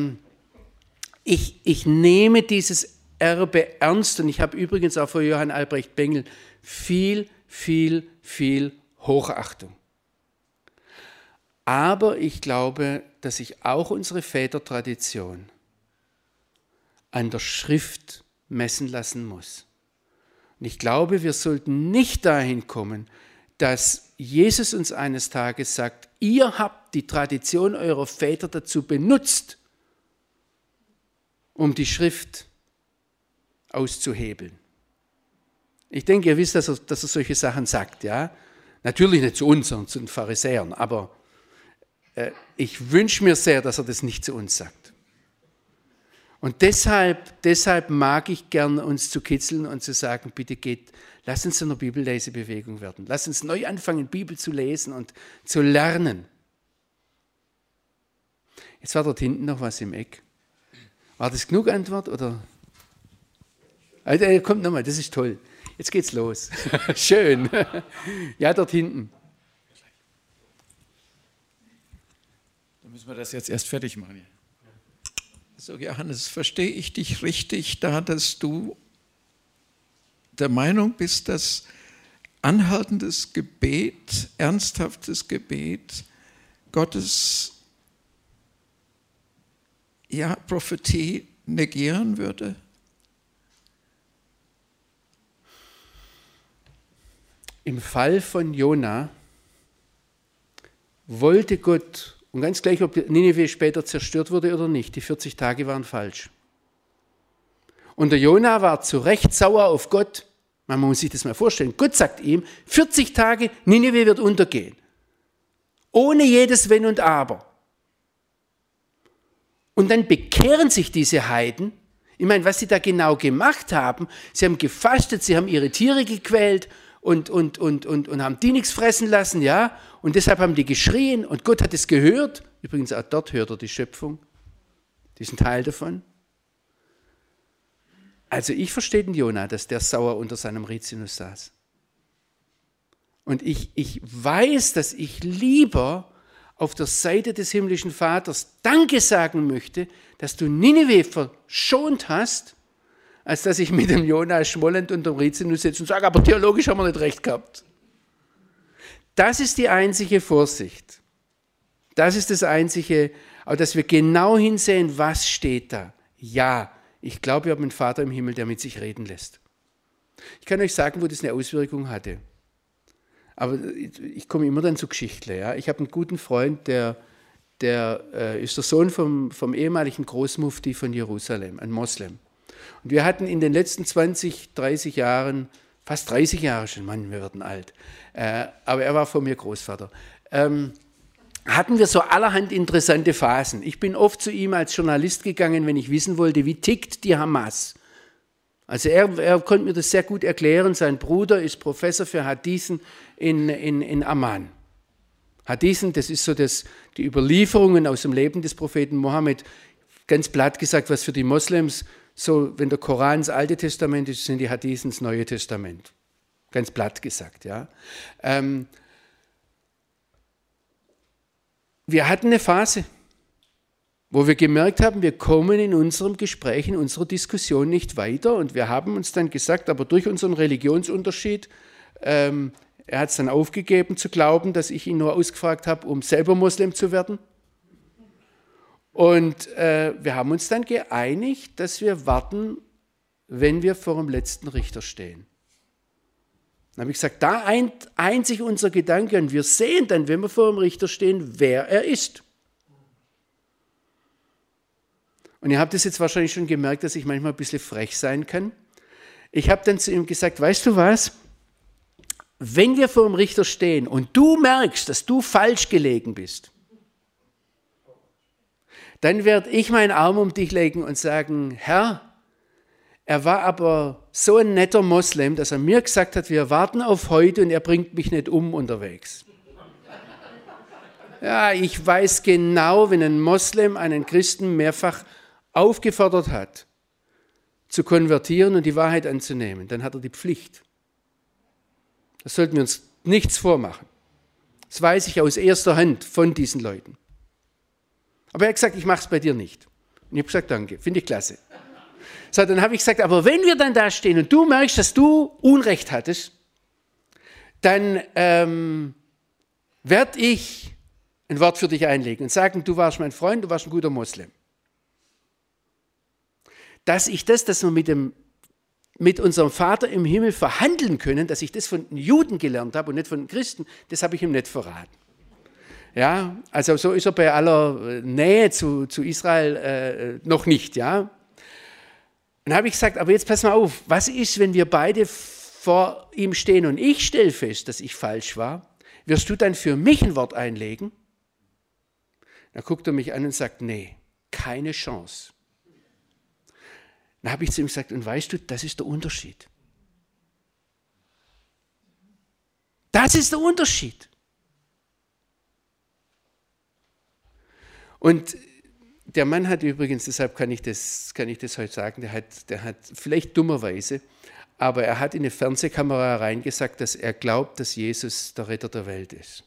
ich nehme dieses Erbe ernst und ich habe übrigens auch vor Johann Albrecht Bengel viel, viel, viel Hochachtung. Aber ich glaube, dass sich auch unsere Vätertradition an der Schrift messen lassen muss. Und ich glaube, wir sollten nicht dahin kommen, dass Jesus uns eines Tages sagt, ihr habt die Tradition eurer Väter dazu benutzt, um die Schrift auszuhebeln. Ich denke, ihr wisst, dass er solche Sachen sagt, ja. Natürlich nicht zu uns, sondern zu den Pharisäern, aber ich wünsche mir sehr, dass er das nicht zu uns sagt. Und deshalb mag ich gern, uns zu kitzeln und zu sagen, bitte lass uns zu einer Bibellesebewegung werden. Lass uns neu anfangen, Bibel zu lesen und zu lernen. Jetzt war dort hinten noch was im Eck. War das genug Antwort? Oder? Also, kommt nochmal, das ist toll. Jetzt geht's los. Schön. Ja, dort hinten. Dann müssen wir das jetzt erst fertig machen. So, Johannes, verstehe ich dich richtig da, dass du der Meinung bist, dass anhaltendes Gebet, ernsthaftes Gebet Gottes Prophetie negieren würde? Im Fall von Jona wollte Gott, und ganz gleich, ob Nineveh später zerstört wurde oder nicht, die 40 Tage waren falsch. Und der Jona war zu Recht sauer auf Gott. Man muss sich das mal vorstellen. Gott sagt ihm, 40 Tage, Nineveh wird untergehen. Ohne jedes Wenn und Aber. Und dann bekehren sich diese Heiden. Ich meine, was sie da genau gemacht haben, sie haben gefastet, sie haben ihre Tiere gequält und haben die nichts fressen lassen, ja. Und deshalb haben die geschrien und Gott hat es gehört. Übrigens auch dort hört er die Schöpfung, diesen Teil davon. Also ich verstehe den Jona, dass der sauer unter seinem Rizinus saß. Und ich weiß, dass ich lieber auf der Seite des himmlischen Vaters Danke sagen möchte, dass du Nineveh verschont hast, als dass ich mit dem Jona schmollend unter dem Rizinus sitze und sage, aber theologisch haben wir nicht recht gehabt. Das ist die einzige Vorsicht. Das ist das Einzige, auch dass wir genau hinsehen, was steht da. Ja, ich glaube, wir haben einen Vater im Himmel, der mit sich reden lässt. Ich kann euch sagen, wo das eine Auswirkung hatte. Aber ich komme immer dann zu Geschichten. Ja? Ich habe einen guten Freund, der ist der Sohn vom ehemaligen Großmufti von Jerusalem, ein Moslem. Und wir hatten in den letzten 20, 30 Jahren, fast 30 Jahre schon, Mann, wir werden alt, aber er war vor mir Großvater, hatten wir so allerhand interessante Phasen. Ich bin oft zu ihm als Journalist gegangen, wenn ich wissen wollte, wie tickt die Hamas. Also er konnte mir das sehr gut erklären. Sein Bruder ist Professor für Hadithen in Amman. Hadithen, das ist so die Überlieferungen aus dem Leben des Propheten Mohammed, ganz platt gesagt, was für die Moslems, so wenn der Koran das Alte Testament ist, sind die Hadithen das Neue Testament. Ganz platt gesagt, ja. Wir hatten eine Phase, wo wir gemerkt haben, wir kommen in unserem Gespräch, in unserer Diskussion nicht weiter und wir haben uns dann gesagt, aber durch unseren Religionsunterschied, er hat es dann aufgegeben zu glauben, dass ich ihn nur ausgefragt habe, um selber Moslem zu werden. Und wir haben uns dann geeinigt, dass wir warten, wenn wir vor dem letzten Richter stehen. Dann habe ich gesagt, da eint sich unser Gedanke und wir sehen dann, wenn wir vor dem Richter stehen, wer er ist. Und ihr habt es jetzt wahrscheinlich schon gemerkt, dass ich manchmal ein bisschen frech sein kann. Ich habe dann zu ihm gesagt, weißt du was? Wenn wir vor dem Richter stehen und du merkst, dass du falsch gelegen bist, dann werde ich meinen Arm um dich legen und sagen, Herr, er war aber so ein netter Moslem, dass er mir gesagt hat, wir warten auf heute und er bringt mich nicht um unterwegs. Ja, ich weiß genau, wenn ein Moslem einen Christen mehrfach aufgefordert hat, zu konvertieren und die Wahrheit anzunehmen, dann hat er die Pflicht. Das sollten wir uns nichts vormachen. Das weiß ich aus erster Hand von diesen Leuten. Aber er hat gesagt, ich mache es bei dir nicht. Und ich habe gesagt, danke, finde ich klasse. So, dann habe ich gesagt, aber wenn wir dann da stehen und du merkst, dass du Unrecht hattest, dann werde ich ein Wort für dich einlegen und sagen, du warst mein Freund, du warst ein guter Moslem. Dass wir mit unserem Vater im Himmel verhandeln können, dass ich das von den Juden gelernt habe und nicht von den Christen, das habe ich ihm nicht verraten. Ja, also so ist er bei aller Nähe zu Israel noch nicht, ja. Dann habe ich gesagt, aber jetzt pass mal auf, was ist, wenn wir beide vor ihm stehen und ich stelle fest, dass ich falsch war, wirst du dann für mich ein Wort einlegen? Dann guckt er mich an und sagt, nee, keine Chance. Dann habe ich zu ihm gesagt, und weißt du, das ist der Unterschied. Das ist der Unterschied. Und der Mann hat übrigens, deshalb kann ich das heute sagen, der hat vielleicht dummerweise, aber er hat in eine Fernsehkamera reingesagt, dass er glaubt, dass Jesus der Retter der Welt ist.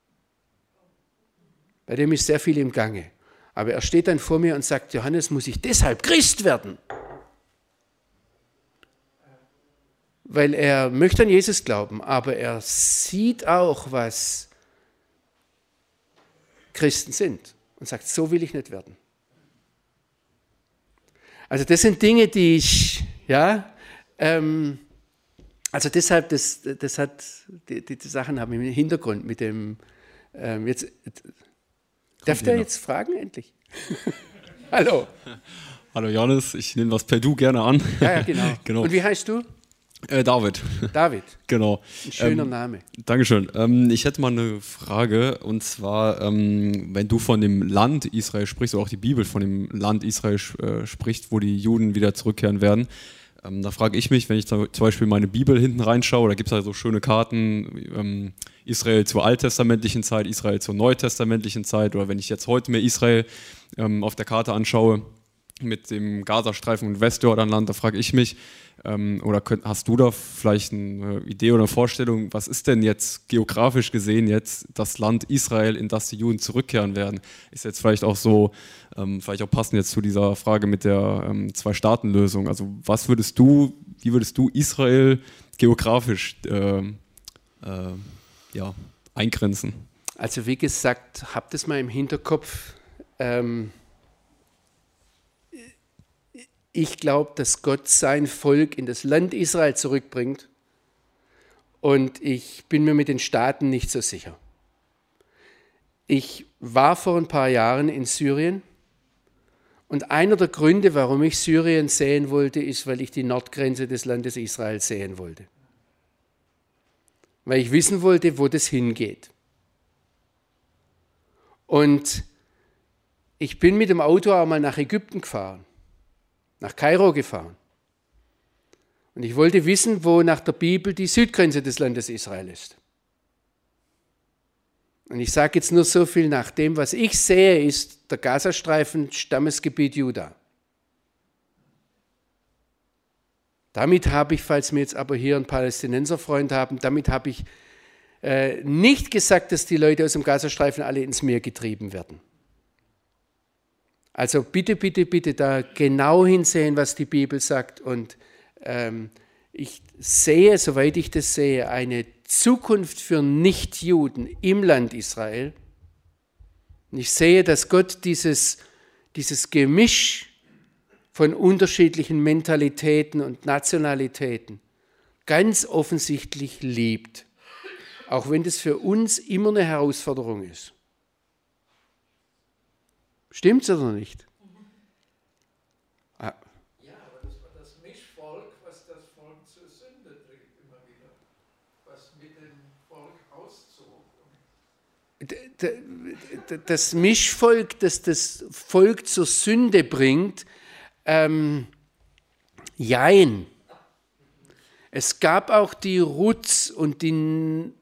Bei dem ist sehr viel im Gange. Aber er steht dann vor mir und sagt, Johannes, muss ich deshalb Christ werden? Weil er möchte an Jesus glauben, aber er sieht auch, was Christen sind und sagt, so will ich nicht werden. Also das sind Dinge, die ich, also deshalb, die Sachen haben im Hintergrund mit dem, darf der jetzt fragen endlich? Hallo. Hallo Johannes, ich nehme das per Du gerne an. Ja, genau. Und wie heißt du? David. David. Genau. Ein schöner Name. Dankeschön. Ich hätte mal eine Frage, und zwar, wenn du von dem Land Israel sprichst, oder auch die Bibel von dem Land Israel spricht, wo die Juden wieder zurückkehren werden, da frage ich mich, wenn ich zum Beispiel meine Bibel hinten reinschaue, da gibt es halt so schöne Karten, Israel zur alttestamentlichen Zeit, Israel zur neutestamentlichen Zeit, oder wenn ich jetzt heute mir Israel auf der Karte anschaue, mit dem Gazastreifen und Westjordanland, da frage ich mich, hast du da vielleicht eine Idee oder eine Vorstellung, was ist denn jetzt geografisch gesehen jetzt das Land Israel, in das die Juden zurückkehren werden? Ist jetzt vielleicht auch so, vielleicht auch passend jetzt zu dieser Frage mit der Zwei-Staaten-Lösung. Also wie würdest du Israel geografisch eingrenzen? Also wie gesagt, habt es mal im Hinterkopf. Ich glaube, dass Gott sein Volk in das Land Israel zurückbringt, und ich bin mir mit den Staaten nicht so sicher. Ich war vor ein paar Jahren in Syrien, und einer der Gründe, warum ich Syrien sehen wollte, ist, weil ich die Nordgrenze des Landes Israel sehen wollte. Weil ich wissen wollte, wo das hingeht. Und ich bin mit dem Auto auch mal nach Ägypten gefahren. Nach Kairo gefahren. Und ich wollte wissen, wo nach der Bibel die Südgrenze des Landes Israel ist. Und ich sage jetzt nur so viel, nach dem, was ich sehe, ist der Gazastreifen Stammesgebiet Juda. Damit habe ich, falls wir jetzt aber hier einen Palästinenserfreund haben, damit habe ich nicht gesagt, dass die Leute aus dem Gazastreifen alle ins Meer getrieben werden. Also bitte, bitte, bitte da genau hinsehen, was die Bibel sagt. Und ich sehe, soweit ich das sehe, eine Zukunft für Nichtjuden im Land Israel. Und ich sehe, dass Gott dieses Gemisch von unterschiedlichen Mentalitäten und Nationalitäten ganz offensichtlich liebt. Auch wenn das für uns immer eine Herausforderung ist. Stimmt's oder nicht? das Mischvolk, das das Volk zur Sünde bringt, jein. Es gab auch die Ruths und die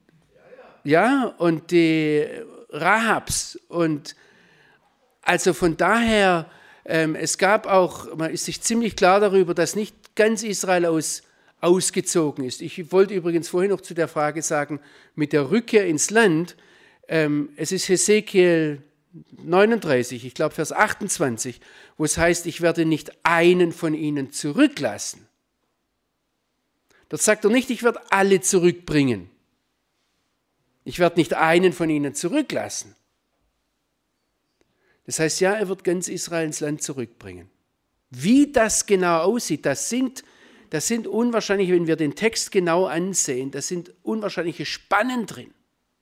Rahabs und also von daher, es gab auch, man ist sich ziemlich klar darüber, dass nicht ganz Israel ausgezogen ist. Ich wollte übrigens vorhin noch zu der Frage sagen, mit der Rückkehr ins Land, es ist Hesekiel 39, ich glaube Vers 28, wo es heißt, ich werde nicht einen von ihnen zurücklassen. Dort sagt er nicht, ich werde alle zurückbringen. Ich werde nicht einen von ihnen zurücklassen. Das heißt, ja, er wird ganz Israel ins Land zurückbringen. Wie das genau aussieht, das sind unwahrscheinlich, wenn wir den Text genau ansehen, das sind unwahrscheinliche Spannen drin.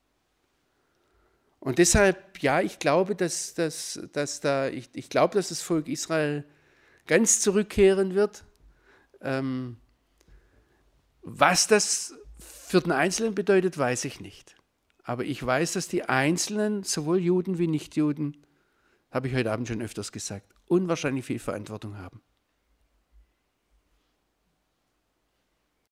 Und deshalb, ja, ich glaube, dass das Volk Israel ganz zurückkehren wird. Was das für den Einzelnen bedeutet, weiß ich nicht. Aber ich weiß, dass die Einzelnen, sowohl Juden wie Nichtjuden, habe ich heute Abend schon öfters gesagt, unwahrscheinlich viel Verantwortung haben.